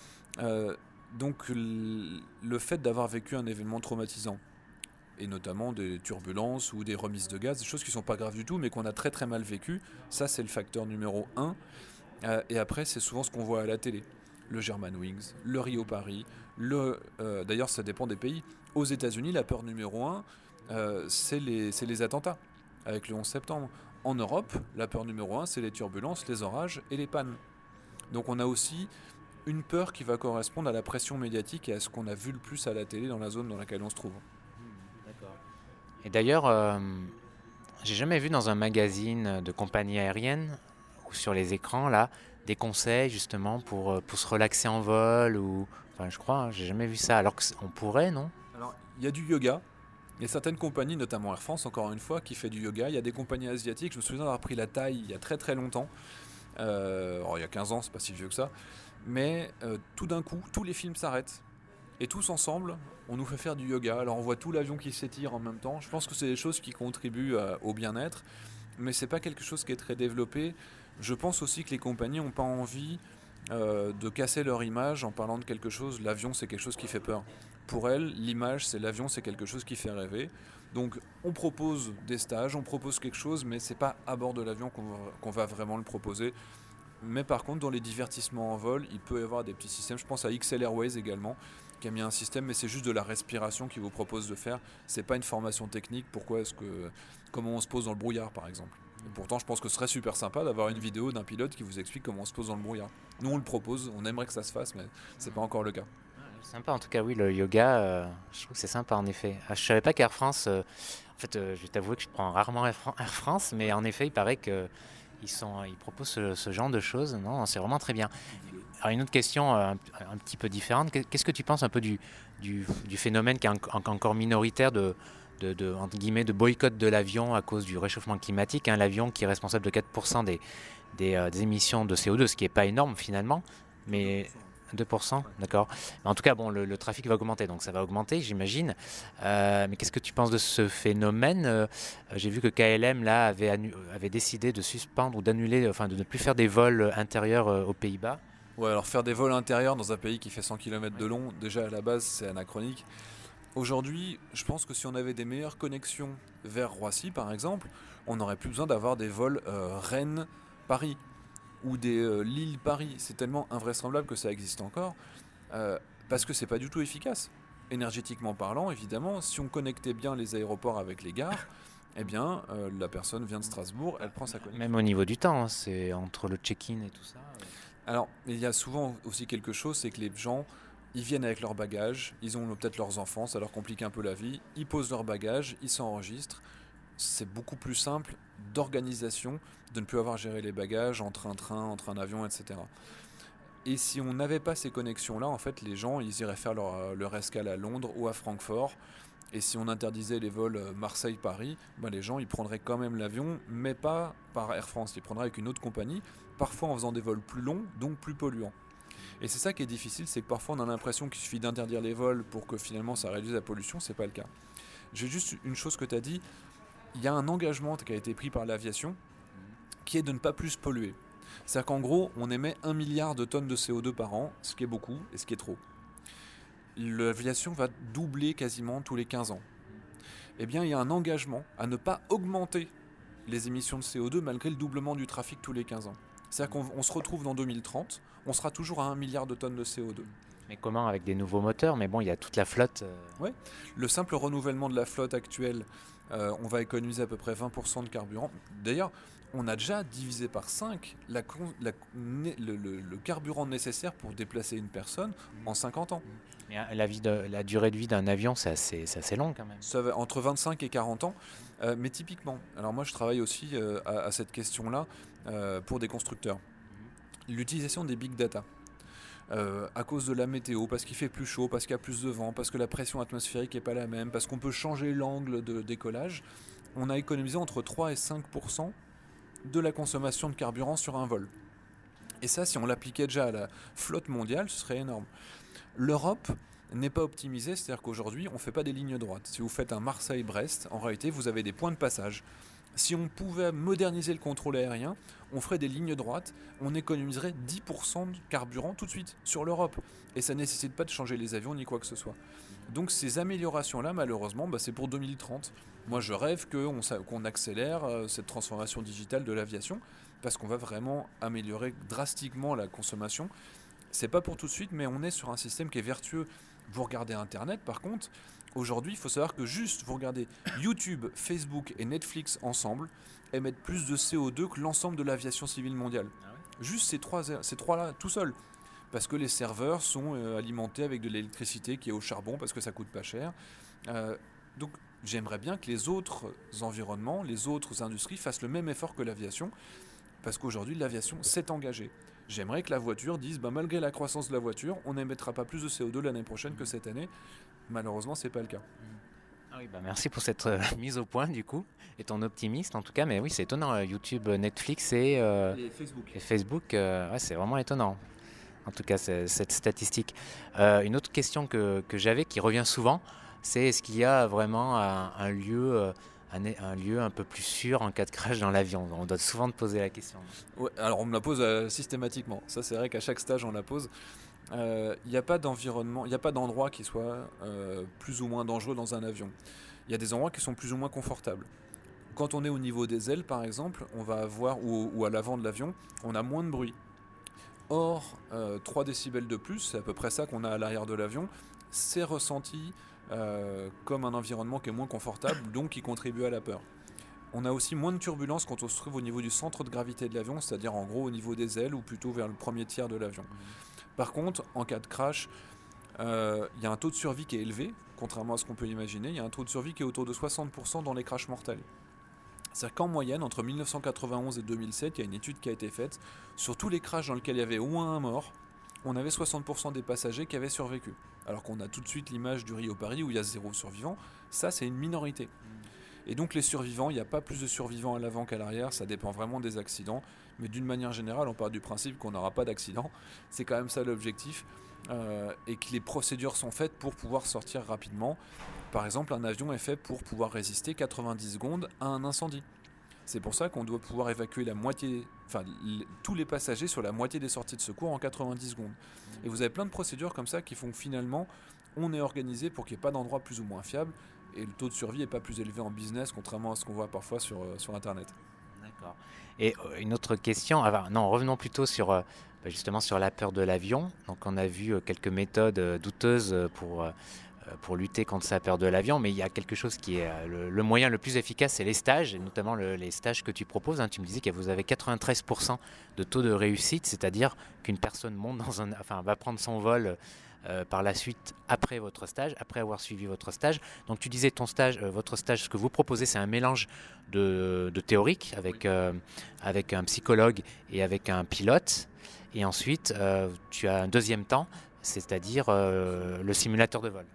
Euh, donc l- le fait d'avoir vécu un événement traumatisant, et notamment des turbulences ou des remises de gaz, des choses qui ne sont pas graves du tout, mais qu'on a très très mal vécues, ça c'est le facteur numéro un. Euh, et après, c'est souvent ce qu'on voit à la télé. Le Germanwings, le Rio-Paris, le, euh, d'ailleurs ça dépend des pays. Aux États-Unis, la peur numéro un, euh, c'est les, c'est les attentats, avec le onze septembre. En Europe, la peur numéro un, c'est les turbulences, les orages et les pannes. Donc on a aussi une peur qui va correspondre à la pression médiatique et à ce qu'on a vu le plus à la télé dans la zone dans laquelle on se trouve. D'accord. Et d'ailleurs, euh, j'ai jamais vu dans un magazine de compagnie aérienne ou sur les écrans là des conseils justement pour, euh, pour se relaxer en vol ou enfin je crois, hein, j'ai jamais vu ça. Alors qu'on pourrait, non? Alors, il y a du yoga. Il y a certaines compagnies, notamment Air France, encore une fois, qui fait du yoga. Il y a des compagnies asiatiques. Je me souviens d'avoir pris la Thaï il y a très très longtemps. Euh, alors, il y a quinze ans, c'est pas si vieux que ça. Mais euh, tout d'un coup, tous les films s'arrêtent. Et tous ensemble, on nous fait faire du yoga. Alors, on voit tout l'avion qui s'étire en même temps. Je pense que c'est des choses qui contribuent euh, au bien-être. Mais c'est pas quelque chose qui est très développé. Je pense aussi que les compagnies n'ont pas envie euh, de casser leur image en parlant de quelque chose. L'avion, c'est quelque chose qui fait peur. Pour elles, l'image, c'est l'avion, c'est quelque chose qui fait rêver. Donc, on propose des stages, on propose quelque chose, mais c'est pas à bord de l'avion qu'on va, qu'on va vraiment le proposer. Mais par contre, dans les divertissements en vol, il peut y avoir des petits systèmes. Je pense à X L Airways également, qui a mis un système, mais c'est juste de la respiration qu'il vous propose de faire. C'est pas une formation technique. Pourquoi est-ce que, comment on se pose dans le brouillard, par exemple. Et pourtant, je pense que ce serait super sympa d'avoir une vidéo d'un pilote qui vous explique comment on se pose dans le brouillard. Nous, on le propose, on aimerait que ça se fasse, mais c'est pas encore le cas. Sympa en tout cas, oui, le yoga, euh, je trouve que c'est sympa en effet. Ah, je savais pas qu'Air France, euh, en fait, euh, je vais t'avouer que je prends rarement Air, Fran- Air France, mais en effet, il paraît que ils sont, ils proposent ce, ce genre de choses. Non, c'est vraiment très bien. Alors une autre question euh, un, un petit peu différente. Qu'est- Qu'est-ce que tu penses un peu du, du, du phénomène qui est en- en- encore minoritaire de, de, de, entre guillemets, de boycott de l'avion à cause du réchauffement climatique, hein, l'avion qui est responsable de quatre pour cent des, des, euh, des émissions de C O deux, ce qui n'est pas énorme finalement, mais deux pour cent, d'accord. Mais en tout cas, bon, le, le trafic va augmenter, donc ça va augmenter, j'imagine. Euh, mais qu'est-ce que tu penses de ce phénomène? Euh, J'ai vu que K L M là avait, annu- avait décidé de suspendre ou d'annuler, enfin de ne plus faire des vols intérieurs euh, aux Pays-Bas. Ouais, alors faire des vols intérieurs dans un pays qui fait cent kilomètres de long, déjà à la base, c'est anachronique. Aujourd'hui, je pense que si on avait des meilleures connexions vers Roissy, par exemple, on n'aurait plus besoin d'avoir des vols euh, Rennes-Paris ou des euh, Lille-Paris. C'est tellement invraisemblable que ça existe encore, euh, parce que c'est pas du tout efficace. Énergétiquement parlant, évidemment, si on connectait bien les aéroports avec les gares, eh bien, euh, la personne vient de Strasbourg, elle prend sa connexion. Même au niveau du temps, hein, c'est entre le check-in et tout ça. euh. Alors, il y a souvent aussi quelque chose, c'est que les gens, ils viennent avec leurs bagages, ils ont peut-être leurs enfants, ça leur complique un peu la vie, ils posent leurs bagages, ils s'enregistrent. C'est beaucoup plus simple d'organisation, de ne plus avoir géré les bagages entre un train, entre un avion, et cetera. Et si on n'avait pas ces connexions-là, en fait, les gens, ils iraient faire leur, leur escale à Londres ou à Francfort. Et si on interdisait les vols Marseille-Paris, ben les gens, ils prendraient quand même l'avion, mais pas par Air France. Ils prendraient avec une autre compagnie, parfois en faisant des vols plus longs, donc plus polluants. Et c'est ça qui est difficile, c'est que parfois on a l'impression qu'il suffit d'interdire les vols pour que finalement ça réduise la pollution, c'est pas le cas. J'ai juste une chose que tu as dit, il y a un engagement qui a été pris par l'aviation, qui est de ne pas plus polluer. C'est-à-dire qu'en gros, on émet un milliard de tonnes de C O deux par an, ce qui est beaucoup et ce qui est trop. L'aviation va doubler quasiment tous les quinze ans. Eh bien, il y a un engagement à ne pas augmenter les émissions de C O deux malgré le doublement du trafic tous les quinze ans. C'est-à-dire qu'on on se retrouve dans deux mille trente, on sera toujours à un milliard de tonnes de C O deux. Mais comment avec des nouveaux moteurs? Mais bon, il y a toute la flotte. euh, Ouais. Le simple renouvellement de la flotte actuelle, euh, on va économiser à peu près vingt pour cent de carburant. D'ailleurs, on a déjà divisé par cinq la, con- la- né- le, le- le carburant nécessaire pour déplacer une personne en cinquante ans. Mais euh, la, vie de, la durée de vie d'un avion, c'est assez, c'est assez long quand même. Ça va entre vingt-cinq et quarante ans. Euh, mais typiquement, alors moi je travaille aussi euh, à, à cette question-là euh, pour des constructeurs. L'utilisation des big data. euh, à cause de la météo, parce qu'il fait plus chaud, parce qu'il y a plus de vent, parce que la pression atmosphérique n'est pas la même, parce qu'on peut changer l'angle de décollage, on a économisé entre trois et cinq pour cent de la consommation de carburant sur un vol. Et ça, si on l'appliquait déjà à la flotte mondiale, ce serait énorme. L'Europe n'est pas optimisée, c'est-à-dire qu'aujourd'hui, on ne fait pas des lignes droites. Si vous faites un Marseille-Brest, en réalité, vous avez des points de passage. Si on pouvait moderniser le contrôle aérien, on ferait des lignes droites, on économiserait dix pour cent de carburant tout de suite sur l'Europe. Et ça ne nécessite pas de changer les avions ni quoi que ce soit. Donc ces améliorations-là, malheureusement, bah, c'est pour deux mille trente. Moi, je rêve qu'on, qu'on accélère euh, cette transformation digitale de l'aviation, parce qu'on va vraiment améliorer drastiquement la consommation. C'est pas pour tout de suite, mais on est sur un système qui est vertueux. Vous regardez Internet, par contre, aujourd'hui, il faut savoir que juste, vous regardez YouTube, Facebook et Netflix ensemble, émettent plus de C O deux que l'ensemble de l'aviation civile mondiale. Ah ouais. Juste ces trois, ces trois-là, tout seuls. Parce que les serveurs sont euh, alimentés avec de l'électricité qui est au charbon, parce que ça coûte pas cher. Euh, donc, j'aimerais bien que les autres environnements, les autres industries fassent le même effort que l'aviation, parce qu'aujourd'hui, l'aviation s'est engagée. J'aimerais que la voiture dise, bah, malgré la croissance de la voiture, on n'émettra pas plus de C O deux l'année prochaine que cette année. Malheureusement, c'est pas le cas. Ah oui, bah merci pour cette euh, mise au point du coup, et ton optimiste en tout cas, mais oui, c'est étonnant, euh, YouTube, Netflix et, euh, et Facebook. Et Facebook euh, ouais, c'est vraiment étonnant, en tout cas c'est, cette statistique. Euh, une autre question que, que j'avais qui revient souvent, c'est est-ce qu'il y a vraiment un, un lieu... Euh, Un, un lieu un peu plus sûr en cas de crash dans l'avion? On doit souvent te poser la question. Ouais, alors on me la pose euh, systématiquement. Ça, c'est vrai qu'à chaque stage, on la pose. Il euh, n'y a pas d'environnement, il n'y a pas d'endroit qui soit euh, plus ou moins dangereux dans un avion. Il y a des endroits qui sont plus ou moins confortables. Quand on est au niveau des ailes, par exemple, on va avoir, ou, ou à l'avant de l'avion, on a moins de bruit. Or, euh, trois décibels de plus, c'est à peu près ça qu'on a à l'arrière de l'avion, c'est ressenti Euh, comme un environnement qui est moins confortable, donc qui contribue à la peur. On a aussi moins de turbulences quand on se trouve au niveau du centre de gravité de l'avion, c'est-à-dire en gros au niveau des ailes ou plutôt vers le premier tiers de l'avion. Par contre, en cas de crash, il euh, y a un taux de survie qui est élevé, contrairement à ce qu'on peut imaginer. Il y a un taux de survie qui est autour de soixante pour cent dans les crashs mortels. C'est-à-dire qu'en moyenne, entre mille neuf cent quatre-vingt-onze et deux mille sept, il y a une étude qui a été faite. Sur tous les crashs dans lesquels il y avait au moins un mort, on avait soixante pour cent des passagers qui avaient survécu. Alors qu'on a tout de suite l'image du Rio-Paris où il y a zéro survivant. Ça, c'est une minorité. Et donc les survivants, il n'y a pas plus de survivants à l'avant qu'à l'arrière, ça dépend vraiment des accidents. Mais d'une manière générale, on part du principe qu'on n'aura pas d'accident. C'est quand même ça l'objectif. Euh, et que les procédures sont faites pour pouvoir sortir rapidement. Par exemple, un avion est fait pour pouvoir résister quatre-vingt-dix secondes à un incendie. C'est pour ça qu'on doit pouvoir évacuer la moitié, enfin l- tous les passagers sur la moitié des sorties de secours en quatre-vingt-dix secondes. Et vous avez plein de procédures comme ça qui font que finalement, on est organisé pour qu'il n'y ait pas d'endroit plus ou moins fiable et le taux de survie n'est pas plus élevé en business, contrairement à ce qu'on voit parfois sur, euh, sur Internet. D'accord. Et euh, une autre question, ah, bah, non, revenons plutôt sur, euh, bah, justement sur la peur de l'avion. Donc on a vu euh, quelques méthodes euh, douteuses pour... Euh, pour lutter contre sa peur de l'avion, mais il y a quelque chose qui est le, le moyen le plus efficace, c'est les stages, et notamment le, les stages que tu proposes. Hein. Tu me disais que vous avez quatre-vingt-treize pour cent de taux de réussite, c'est-à-dire qu'une personne monte dans un, enfin, va prendre son vol euh, par la suite après votre stage, après avoir suivi votre stage. Donc tu disais ton stage, euh, votre stage, ce que vous proposez, c'est un mélange de, de théorique avec, euh, avec un psychologue et avec un pilote, et ensuite euh, tu as un deuxième temps, c'est-à-dire euh, le simulateur de vol.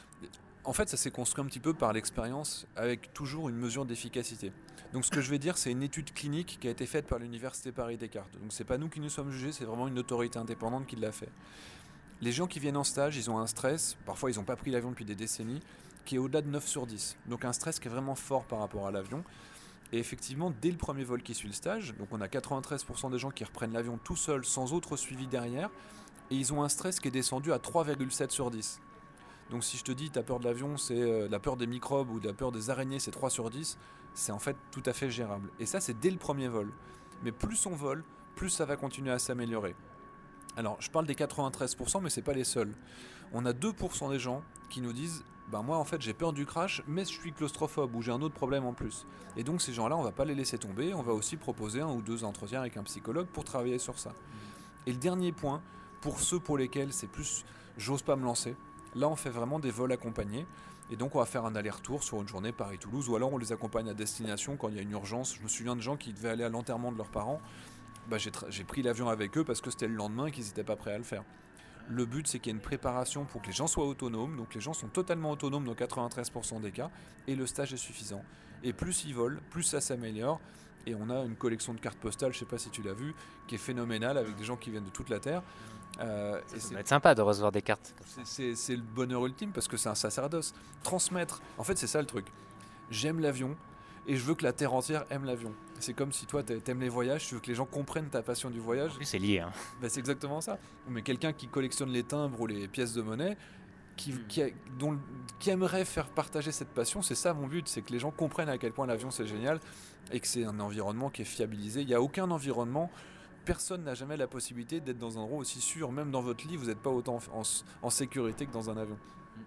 En fait, ça s'est construit un petit peu par l'expérience, avec toujours une mesure d'efficacité. Donc ce que je vais dire, c'est une étude clinique qui a été faite par l'Université Paris-Descartes. Donc c'est pas nous qui nous sommes jugés, c'est vraiment une autorité indépendante qui l'a fait. Les gens qui viennent en stage, ils ont un stress, parfois ils n'ont pas pris l'avion depuis des décennies, qui est au-delà de neuf sur dix. Donc un stress qui est vraiment fort par rapport à l'avion. Et effectivement, dès le premier vol qui suit le stage, donc on a quatre-vingt-treize pour cent des gens qui reprennent l'avion tout seuls, sans autre suivi derrière, et ils ont un stress qui est descendu à trois virgule sept sur dix. Donc si je te dis ta peur de l'avion, c'est euh, la peur des microbes ou la peur des araignées, c'est trois sur dix, c'est en fait tout à fait gérable. Et ça, c'est dès le premier vol. Mais plus on vole, plus ça va continuer à s'améliorer. Alors, je parle des quatre-vingt-treize pour cent, mais c'est pas les seuls. On a deux pour cent des gens qui nous disent ben moi, en fait, j'ai peur du crash, mais je suis claustrophobe ou j'ai un autre problème en plus. Et donc, ces gens-là, on va pas les laisser tomber. On va aussi proposer un ou deux entretiens avec un psychologue pour travailler sur ça. Et le dernier point, pour ceux pour lesquels c'est plus j'ose pas me lancer, là, on fait vraiment des vols accompagnés. Et donc, on va faire un aller-retour sur une journée Paris-Toulouse, ou alors on les accompagne à destination quand il y a une urgence. Je me souviens de gens qui devaient aller à l'enterrement de leurs parents. Bah, j'ai, tra- j'ai pris l'avion avec eux parce que c'était le lendemain et qu'ils n'étaient pas prêts à le faire. Le but, c'est qu'il y ait une préparation pour que les gens soient autonomes. Donc les gens sont totalement autonomes dans quatre-vingt-treize pour cent des cas. Et le stage est suffisant. Et plus ils volent, plus ça s'améliore. Et on a une collection de cartes postales, je ne sais pas si tu l'as vu, qui est phénoménale avec des gens qui viennent de toute la Terre. Euh, ça et ça va être sympa de recevoir des cartes. C'est, c'est, c'est le bonheur ultime parce que c'est un sacerdoce. Transmettre, en fait c'est ça le truc. J'aime l'avion et je veux que la Terre entière aime l'avion. C'est comme si toi t'aimes les voyages, tu veux que les gens comprennent ta passion du voyage. C'est lié. Hein. Ben, c'est exactement ça. Mais quelqu'un qui collectionne les timbres ou les pièces de monnaie, qui, qui, a, dont, qui aimerait faire partager cette passion, c'est ça mon but, c'est que les gens comprennent à quel point l'avion c'est génial et que c'est un environnement qui est fiabilisé. Il n'y a aucun environnement, personne n'a jamais la possibilité d'être dans un endroit aussi sûr. Même dans votre lit, vous n'êtes pas autant en, en sécurité que dans un avion.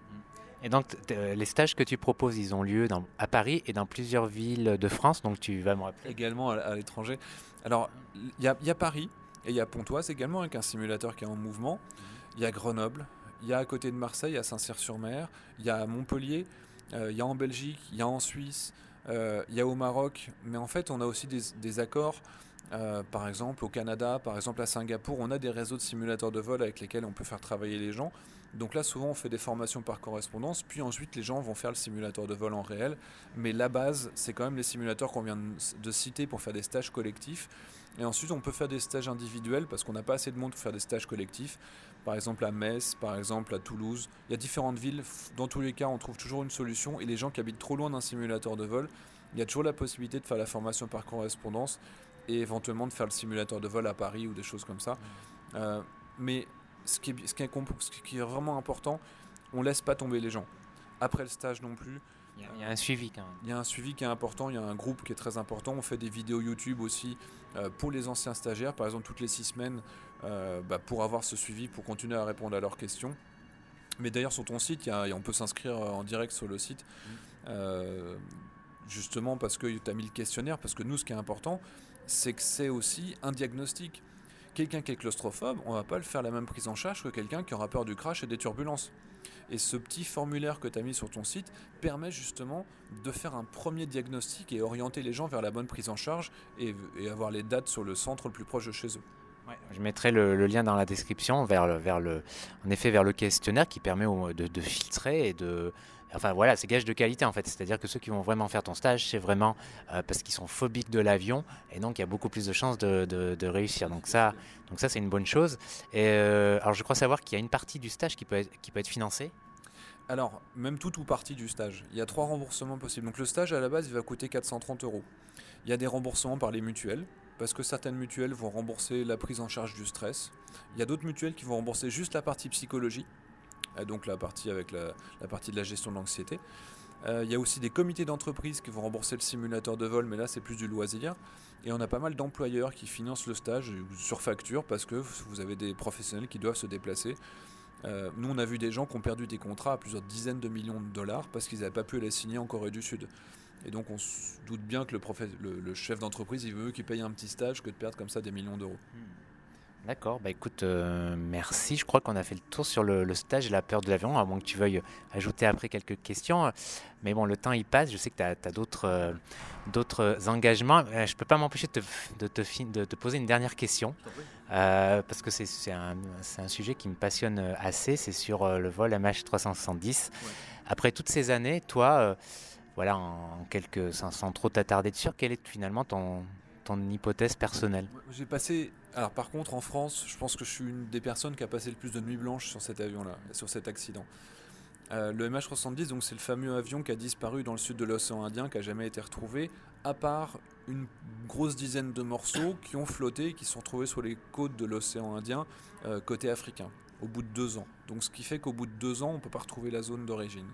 Et donc, les stages que tu proposes, ils ont lieu dans, à Paris et dans plusieurs villes de France, donc tu vas me rappeler. Également à, à l'étranger. Alors, il y, y a Paris et il y a Pontoise également, avec un simulateur qui est en mouvement. Il y a Grenoble, il y a à côté de Marseille, à Saint-Cyr-sur-Mer, il y a à Montpellier, euh, il y a en Belgique, il y a en Suisse, euh, il y a au Maroc. Mais en fait, on a aussi des, des accords, euh, par exemple au Canada, par exemple à Singapour. On a des réseaux de simulateurs de vol avec lesquels on peut faire travailler les gens. Donc là, souvent, on fait des formations par correspondance, puis ensuite, les gens vont faire le simulateur de vol en réel. Mais la base, c'est quand même les simulateurs qu'on vient de citer pour faire des stages collectifs. Et ensuite, on peut faire des stages individuels parce qu'on n'a pas assez de monde pour faire des stages collectifs. Par exemple à Metz, par exemple à Toulouse. Il y a différentes villes. Dans tous les cas, on trouve toujours une solution. Et les gens qui habitent trop loin d'un simulateur de vol, il y a toujours la possibilité de faire la formation par correspondance et éventuellement de faire le simulateur de vol à Paris ou des choses comme ça. Euh, mais... Ce qui, est, ce, qui est, ce qui est vraiment important, on ne laisse pas tomber les gens. Après le stage non plus. Il y, a, il y a un suivi quand même. Il y a un suivi qui est important, il y a un groupe qui est très important. On fait des vidéos YouTube aussi euh, pour les anciens stagiaires, par exemple toutes les six semaines, euh, bah, pour avoir ce suivi, pour continuer à répondre à leurs questions. Mais d'ailleurs sur ton site, il y a, on peut s'inscrire en direct sur le site, mmh. euh, justement parce que tu as mis le questionnaire, parce que nous ce qui est important, c'est que c'est aussi un diagnostic. Quelqu'un qui est claustrophobe, on ne va pas le faire la même prise en charge que quelqu'un qui aura peur du crash et des turbulences. Et ce petit formulaire que tu as mis sur ton site permet justement de faire un premier diagnostic et orienter les gens vers la bonne prise en charge et, et avoir les dates sur le centre le plus proche de chez eux. Ouais, je mettrai le, le lien dans la description vers le, vers le, en effet vers le questionnaire qui permet au, de, de filtrer et de... Enfin voilà, c'est gage de qualité en fait, c'est-à-dire que ceux qui vont vraiment faire ton stage, c'est vraiment euh, parce qu'ils sont phobiques de l'avion et donc il y a beaucoup plus de chances de, de, de réussir. Donc ça, donc ça c'est une bonne chose. Et euh, alors je crois savoir qu'il y a une partie du stage qui peut être, qui peut être financée. Alors, même toute ou partie du stage. Il y a trois remboursements possibles. Donc le stage à la base, il va coûter quatre cent trente euros. Il y a des remboursements par les mutuelles, parce que certaines mutuelles vont rembourser la prise en charge du stress. Il y a d'autres mutuelles qui vont rembourser juste la partie psychologie, donc la partie avec la, la partie de la gestion de l'anxiété. Euh, il y a aussi des comités d'entreprise qui vont rembourser le simulateur de vol, mais là c'est plus du loisir. Et on a pas mal d'employeurs qui financent le stage sur facture parce que vous avez des professionnels qui doivent se déplacer. Euh, nous on a vu des gens qui ont perdu des contrats à plusieurs dizaines de millions de dollars parce qu'ils n'avaient pas pu les signer en Corée du Sud. Et donc on se doute bien que le, prof... le, le chef d'entreprise il veut qu'il paye un petit stage que de perdre comme ça des millions d'euros. D'accord, bah écoute, euh, merci. Je crois qu'on a fait le tour sur le, le stage et la peur de l'avion, à moins que tu veuilles ajouter après quelques questions. Mais bon, le temps il passe, je sais que tu as, as d'autres, euh, d'autres engagements. Je ne peux pas m'empêcher de te, de, te, de te poser une dernière question, euh, parce que c'est, c'est, un, c'est un sujet qui me passionne assez, c'est sur le vol M H trois cent soixante-dix. Ouais. Après toutes ces années, toi, euh, voilà, en quelques, sans, sans trop t'attarder dessus, quelle est finalement ton... ton hypothèse personnelle? J'ai passé, alors par contre en France, je pense que je suis une des personnes qui a passé le plus de nuits blanches sur cet avion-là, sur cet accident. Euh, le M H trois cent soixante-dix, donc c'est le fameux avion qui a disparu dans le sud de l'océan Indien, qui n'a jamais été retrouvé, à part une grosse dizaine de morceaux qui ont flotté et qui sont retrouvés sur les côtes de l'océan Indien, euh, côté africain, au bout de deux ans. Donc ce qui fait qu'au bout de deux ans, on ne peut pas retrouver la zone d'origine.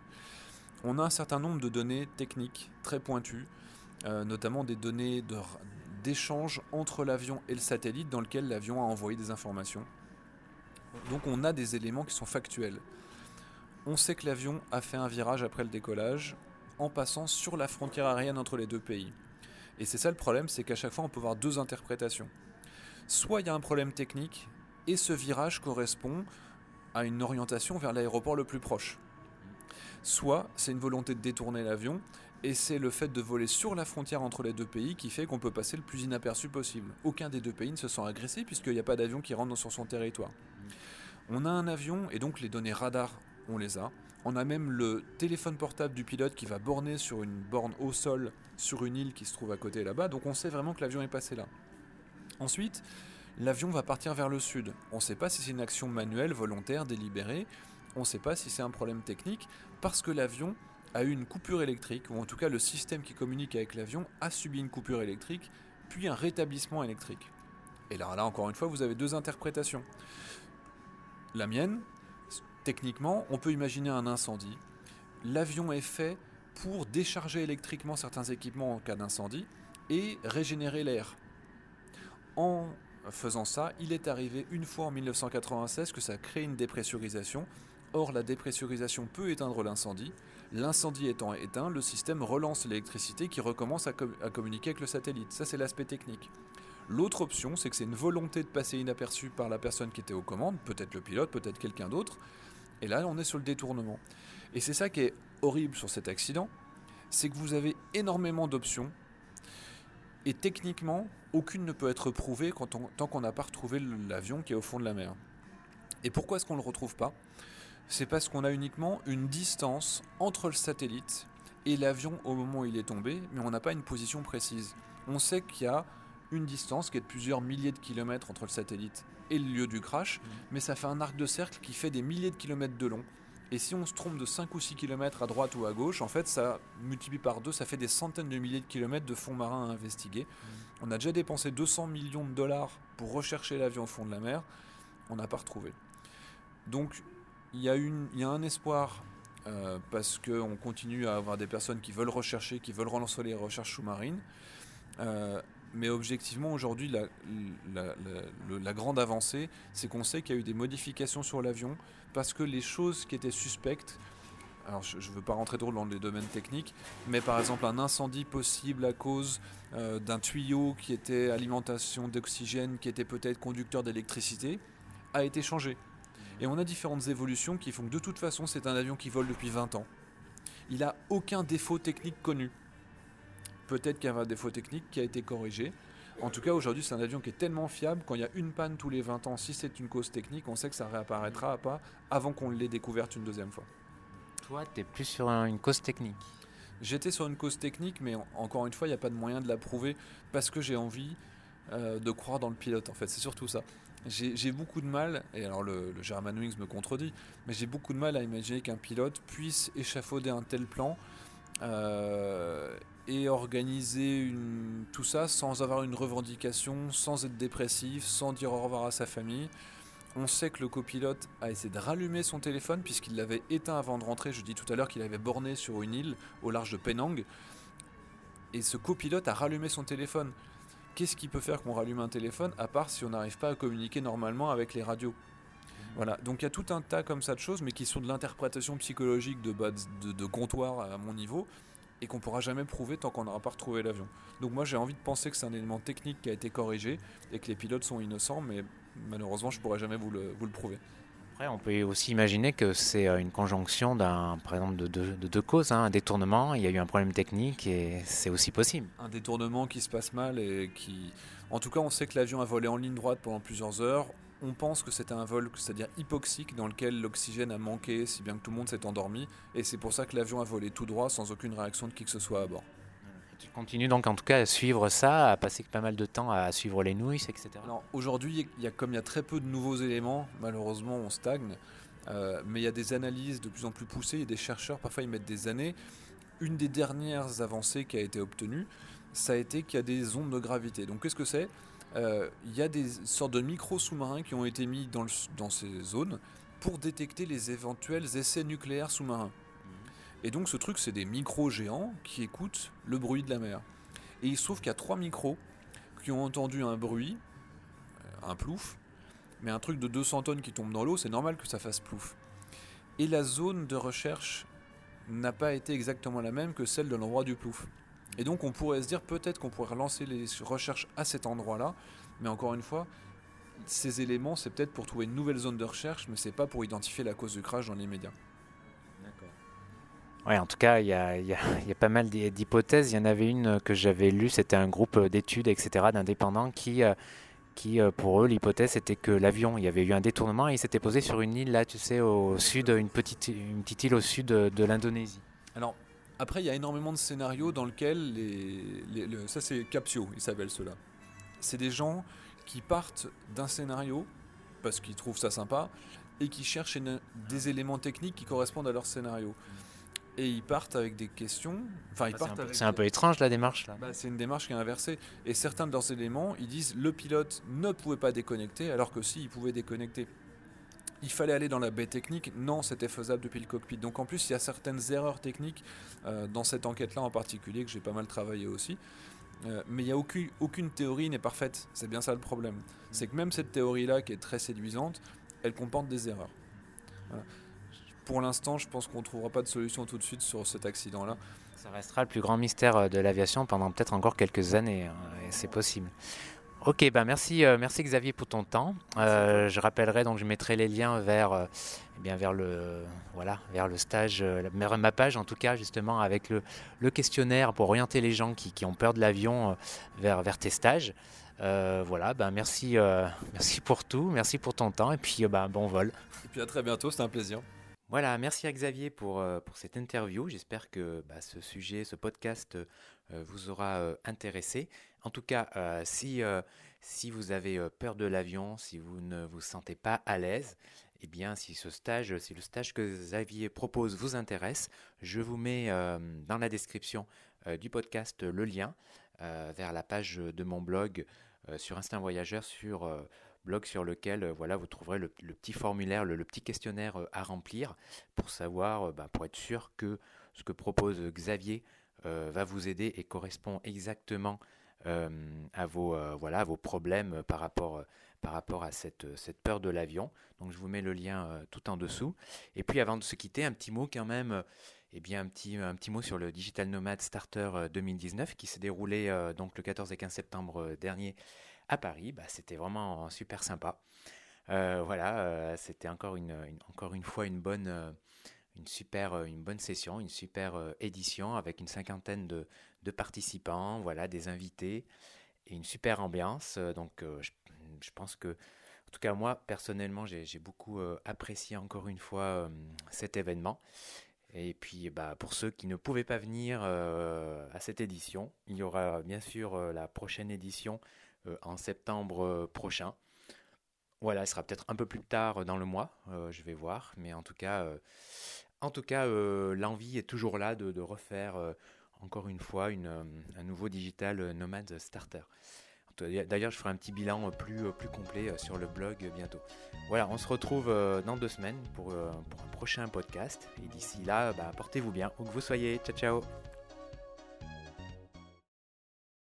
On a un certain nombre de données techniques très pointues, euh, notamment des données de... d'échange entre l'avion et le satellite dans lequel l'avion a envoyé des informations. Donc on a des éléments qui sont factuels. On sait que l'avion a fait un virage après le décollage en passant sur la frontière aérienne entre les deux pays. Et c'est ça le problème, c'est qu'à chaque fois on peut avoir deux interprétations. Soit il y a un problème technique et ce virage correspond à une orientation vers l'aéroport le plus proche. Soit c'est une volonté de détourner l'avion et c'est le fait de voler sur la frontière entre les deux pays qui fait qu'on peut passer le plus inaperçu possible. Aucun des deux pays ne se sent agressé puisqu'il n'y a pas d'avion qui rentre sur son territoire. On a un avion et donc les données radar, on les a. On a même le téléphone portable du pilote qui va borner sur une borne au sol sur une île qui se trouve à côté là-bas. Donc on sait vraiment que l'avion est passé là. Ensuite, l'avion va partir vers le sud. On ne sait pas si c'est une action manuelle, volontaire, délibérée. On ne sait pas si c'est un problème technique parce que l'avion a eu une coupure électrique, ou en tout cas le système qui communique avec l'avion a subi une coupure électrique, puis un rétablissement électrique. Et là, là encore une fois, vous avez deux interprétations. La mienne, techniquement, on peut imaginer un incendie. L'avion est fait pour décharger électriquement certains équipements en cas d'incendie et régénérer l'air. En faisant ça, il est arrivé une fois en dix-neuf cent quatre-vingt-seize que ça crée une dépressurisation. Or, la dépressurisation peut éteindre l'incendie. L'incendie étant éteint, le système relance l'électricité qui recommence à, com- à communiquer avec le satellite. Ça, c'est l'aspect technique. L'autre option, c'est que c'est une volonté de passer inaperçu par la personne qui était aux commandes, peut-être le pilote, peut-être quelqu'un d'autre. Et là, on est sur le détournement. Et c'est ça qui est horrible sur cet accident, c'est que vous avez énormément d'options. Et techniquement, aucune ne peut être prouvée quand on, tant qu'on n'a pas retrouvé l'avion qui est au fond de la mer. Et pourquoi est-ce qu'on ne le retrouve pas ? C'est parce qu'on a uniquement une distance entre le satellite et l'avion au moment où il est tombé, mais on n'a pas une position précise. On sait qu'il y a une distance qui est de plusieurs milliers de kilomètres entre le satellite et le lieu du crash, mais ça fait un arc de cercle qui fait des milliers de kilomètres de long. Et si on se trompe de cinq ou six kilomètres à droite ou à gauche, en fait, ça multiplie par deux, ça fait des centaines de milliers de kilomètres de fonds marins à investiguer. Mmh. On a déjà dépensé deux cents millions de dollars pour rechercher l'avion au fond de la mer. On n'a pas retrouvé. Donc, il y a, une, il y a un espoir euh, parce qu'on continue à avoir des personnes qui veulent rechercher, qui veulent relancer les recherches sous-marines. Euh, mais objectivement, aujourd'hui, la, la, la, la, la grande avancée, c'est qu'on sait qu'il y a eu des modifications sur l'avion parce que les choses qui étaient suspectes, alors je ne veux pas rentrer trop dans les domaines techniques, mais par exemple un incendie possible à cause euh, d'un tuyau qui était alimentation d'oxygène, qui était peut-être conducteur d'électricité, a été changé. Et on a différentes évolutions qui font que de toute façon, c'est un avion qui vole depuis vingt ans. Il n'a aucun défaut technique connu. Peut-être qu'il y avait un défaut technique qui a été corrigé. En tout cas, aujourd'hui, c'est un avion qui est tellement fiable, quand il y a une panne tous les vingt ans, si c'est une cause technique, on sait que ça réapparaîtra pas avant qu'on l'ait découverte une deuxième fois. Toi, tu es plus sur une cause technique. J'étais sur une cause technique, mais encore une fois, il n'y a pas de moyen de la prouver parce que j'ai envie euh, de croire dans le pilote, en fait. C'est surtout ça. J'ai, j'ai beaucoup de mal, et alors le, le Germanwings me contredit, mais j'ai beaucoup de mal à imaginer qu'un pilote puisse échafauder un tel plan euh, et organiser une, tout ça sans avoir une revendication, sans être dépressif, sans dire au revoir à sa famille. On sait que le copilote a essayé de rallumer son téléphone puisqu'il l'avait éteint avant de rentrer. Je dis tout à l'heure qu'il avait borné sur une île au large de Penang. Et ce copilote a rallumé son téléphone. Qu'est-ce qui peut faire qu'on rallume un téléphone à part si on n'arrive pas à communiquer normalement avec les radios ? Voilà, donc il y a tout un tas comme ça de choses, mais qui sont de l'interprétation psychologique de, bas de, de comptoir à mon niveau et qu'on ne pourra jamais prouver tant qu'on n'aura pas retrouvé l'avion. Donc moi j'ai envie de penser que c'est un élément technique qui a été corrigé et que les pilotes sont innocents, mais malheureusement je ne pourrai jamais vous le, vous le prouver. Après, on peut aussi imaginer que c'est une conjonction d'un, par exemple, de deux, de deux causes, hein, un détournement, il y a eu un problème technique et c'est aussi possible. Un détournement qui se passe mal et qui... En tout cas, on sait que l'avion a volé en ligne droite pendant plusieurs heures. On pense que c'était un vol, c'est-à-dire hypoxique, dans lequel l'oxygène a manqué, si bien que tout le monde s'est endormi. Et c'est pour ça que l'avion a volé tout droit, sans aucune réaction de qui que ce soit à bord. Tu continues donc en tout cas à suivre ça, à passer pas mal de temps à suivre les nouilles, et cetera. Alors, aujourd'hui, il y a, comme il y a très peu de nouveaux éléments, malheureusement on stagne, euh, mais il y a des analyses de plus en plus poussées et des chercheurs, parfois ils mettent des années. Une des dernières avancées qui a été obtenue, ça a été qu'il y a des ondes de gravité. Donc qu'est-ce que c'est ? euh, Il y a des sortes de micro-sous-marins qui ont été mis dans, le, dans ces zones pour détecter les éventuels essais nucléaires sous-marins. Et donc ce truc, c'est des micros géants qui écoutent le bruit de la mer. Et il se trouve qu'il y a trois micros qui ont entendu un bruit, un plouf, mais un truc de deux cents tonnes qui tombe dans l'eau, c'est normal que ça fasse plouf. Et la zone de recherche n'a pas été exactement la même que celle de l'endroit du plouf. Et donc on pourrait se dire peut-être qu'on pourrait relancer les recherches à cet endroit-là, mais encore une fois, ces éléments, c'est peut-être pour trouver une nouvelle zone de recherche, mais c'est pas pour identifier la cause du crash dans l'immédiat. Ouais, en tout cas, il y a, y, a, y a pas mal d'hypothèses. Il y en avait une que j'avais lue, c'était un groupe d'études, et cetera, d'indépendants qui, euh, qui, euh, pour eux, l'hypothèse était que l'avion, il y avait eu un détournement et il s'était posé sur une île là, tu sais, au sud, une petite, une petite île au sud de, de l'Indonésie. Alors, après, il y a énormément de scénarios dans lesquels, les, les, le, ça c'est Capsio, ils s'appellent ceux-là. C'est des gens qui partent d'un scénario, parce qu'ils trouvent ça sympa, et qui cherchent une, des éléments techniques qui correspondent à leur scénario. Et ils partent avec des questions. Enfin, ils Ah, partent c'est un, peu, avec c'est un peu étrange la démarche là. Bah, c'est une démarche qui est inversée. Et certains de leurs éléments, ils disent le pilote ne pouvait pas déconnecter, alors que si, il pouvait déconnecter. Il fallait aller dans la baie technique, non, c'était faisable depuis le cockpit. Donc en plus, il y a certaines erreurs techniques euh, dans cette enquête-là en particulier, que j'ai pas mal travaillé aussi. Euh, mais il n'y a aucune, aucune théorie n'est parfaite, c'est bien ça le problème. C'est que même cette théorie-là, qui est très séduisante, elle comporte des erreurs. Voilà. Pour l'instant, je pense qu'on ne trouvera pas de solution tout de suite sur cet accident-là. Ça restera le plus grand mystère de l'aviation pendant peut-être encore quelques années, hein, et c'est possible. Ok, bah merci, euh, merci Xavier pour ton temps. Euh, je rappellerai donc, je mettrai les liens vers, euh, eh bien vers le, voilà, vers le stage, euh, ma page en tout cas justement avec le, le questionnaire pour orienter les gens qui, qui ont peur de l'avion euh, vers, vers tes stages. Euh, voilà, bah merci, euh, merci pour tout, merci pour ton temps et puis euh, bah, bon vol. Et puis à très bientôt, c'était un plaisir. Voilà, merci à Xavier pour, euh, pour cette interview. J'espère que bah, ce sujet, ce podcast euh, vous aura euh, intéressé. En tout cas, euh, si, euh, si vous avez euh, peur de l'avion, si vous ne vous sentez pas à l'aise, eh bien, si ce stage, si le stage que Xavier propose vous intéresse, je vous mets euh, dans la description euh, du podcast le lien euh, vers la page de mon blog euh, sur Instinct Voyageur, sur euh, blog sur lequel euh, voilà, vous trouverez le, le petit formulaire, le, le petit questionnaire euh, à remplir pour savoir, euh, bah, pour être sûr que ce que propose Xavier euh, va vous aider et correspond exactement euh, à, vos, euh, voilà, à vos problèmes par rapport, euh, par rapport à cette, cette peur de l'avion. Donc je vous mets le lien euh, tout en dessous. Et puis avant de se quitter, un petit mot quand même, euh, eh bien, un, petit, un petit mot sur le Digital Nomad Starter euh, deux mille dix-neuf qui s'est déroulé euh, donc, le quatorze et quinze septembre euh, dernier à Paris. Bah, c'était vraiment super sympa. Euh, voilà, euh, c'était encore une, une, encore une fois une bonne, euh, une super, une bonne session, une super euh, édition avec une cinquantaine de, de participants, voilà, des invités et une super ambiance. Euh, donc, euh, je, je pense que, en tout cas moi personnellement, j'ai, j'ai beaucoup euh, apprécié encore une fois euh, cet événement. Et puis, bah, pour ceux qui ne pouvaient pas venir euh, à cette édition, il y aura bien sûr euh, la prochaine édition euh, en septembre euh, prochain. Voilà, elle sera peut-être un peu plus tard dans le mois, euh, je vais voir. Mais en tout cas, euh, en tout cas euh, l'envie est toujours là de, de refaire euh, encore une fois une, euh, un nouveau Digital Nomad Starter. D'ailleurs, je ferai un petit bilan plus, plus complet sur le blog bientôt. Voilà, on se retrouve dans deux semaines pour, pour un prochain podcast. Et d'ici là, bah, portez-vous bien, où que vous soyez. Ciao, ciao.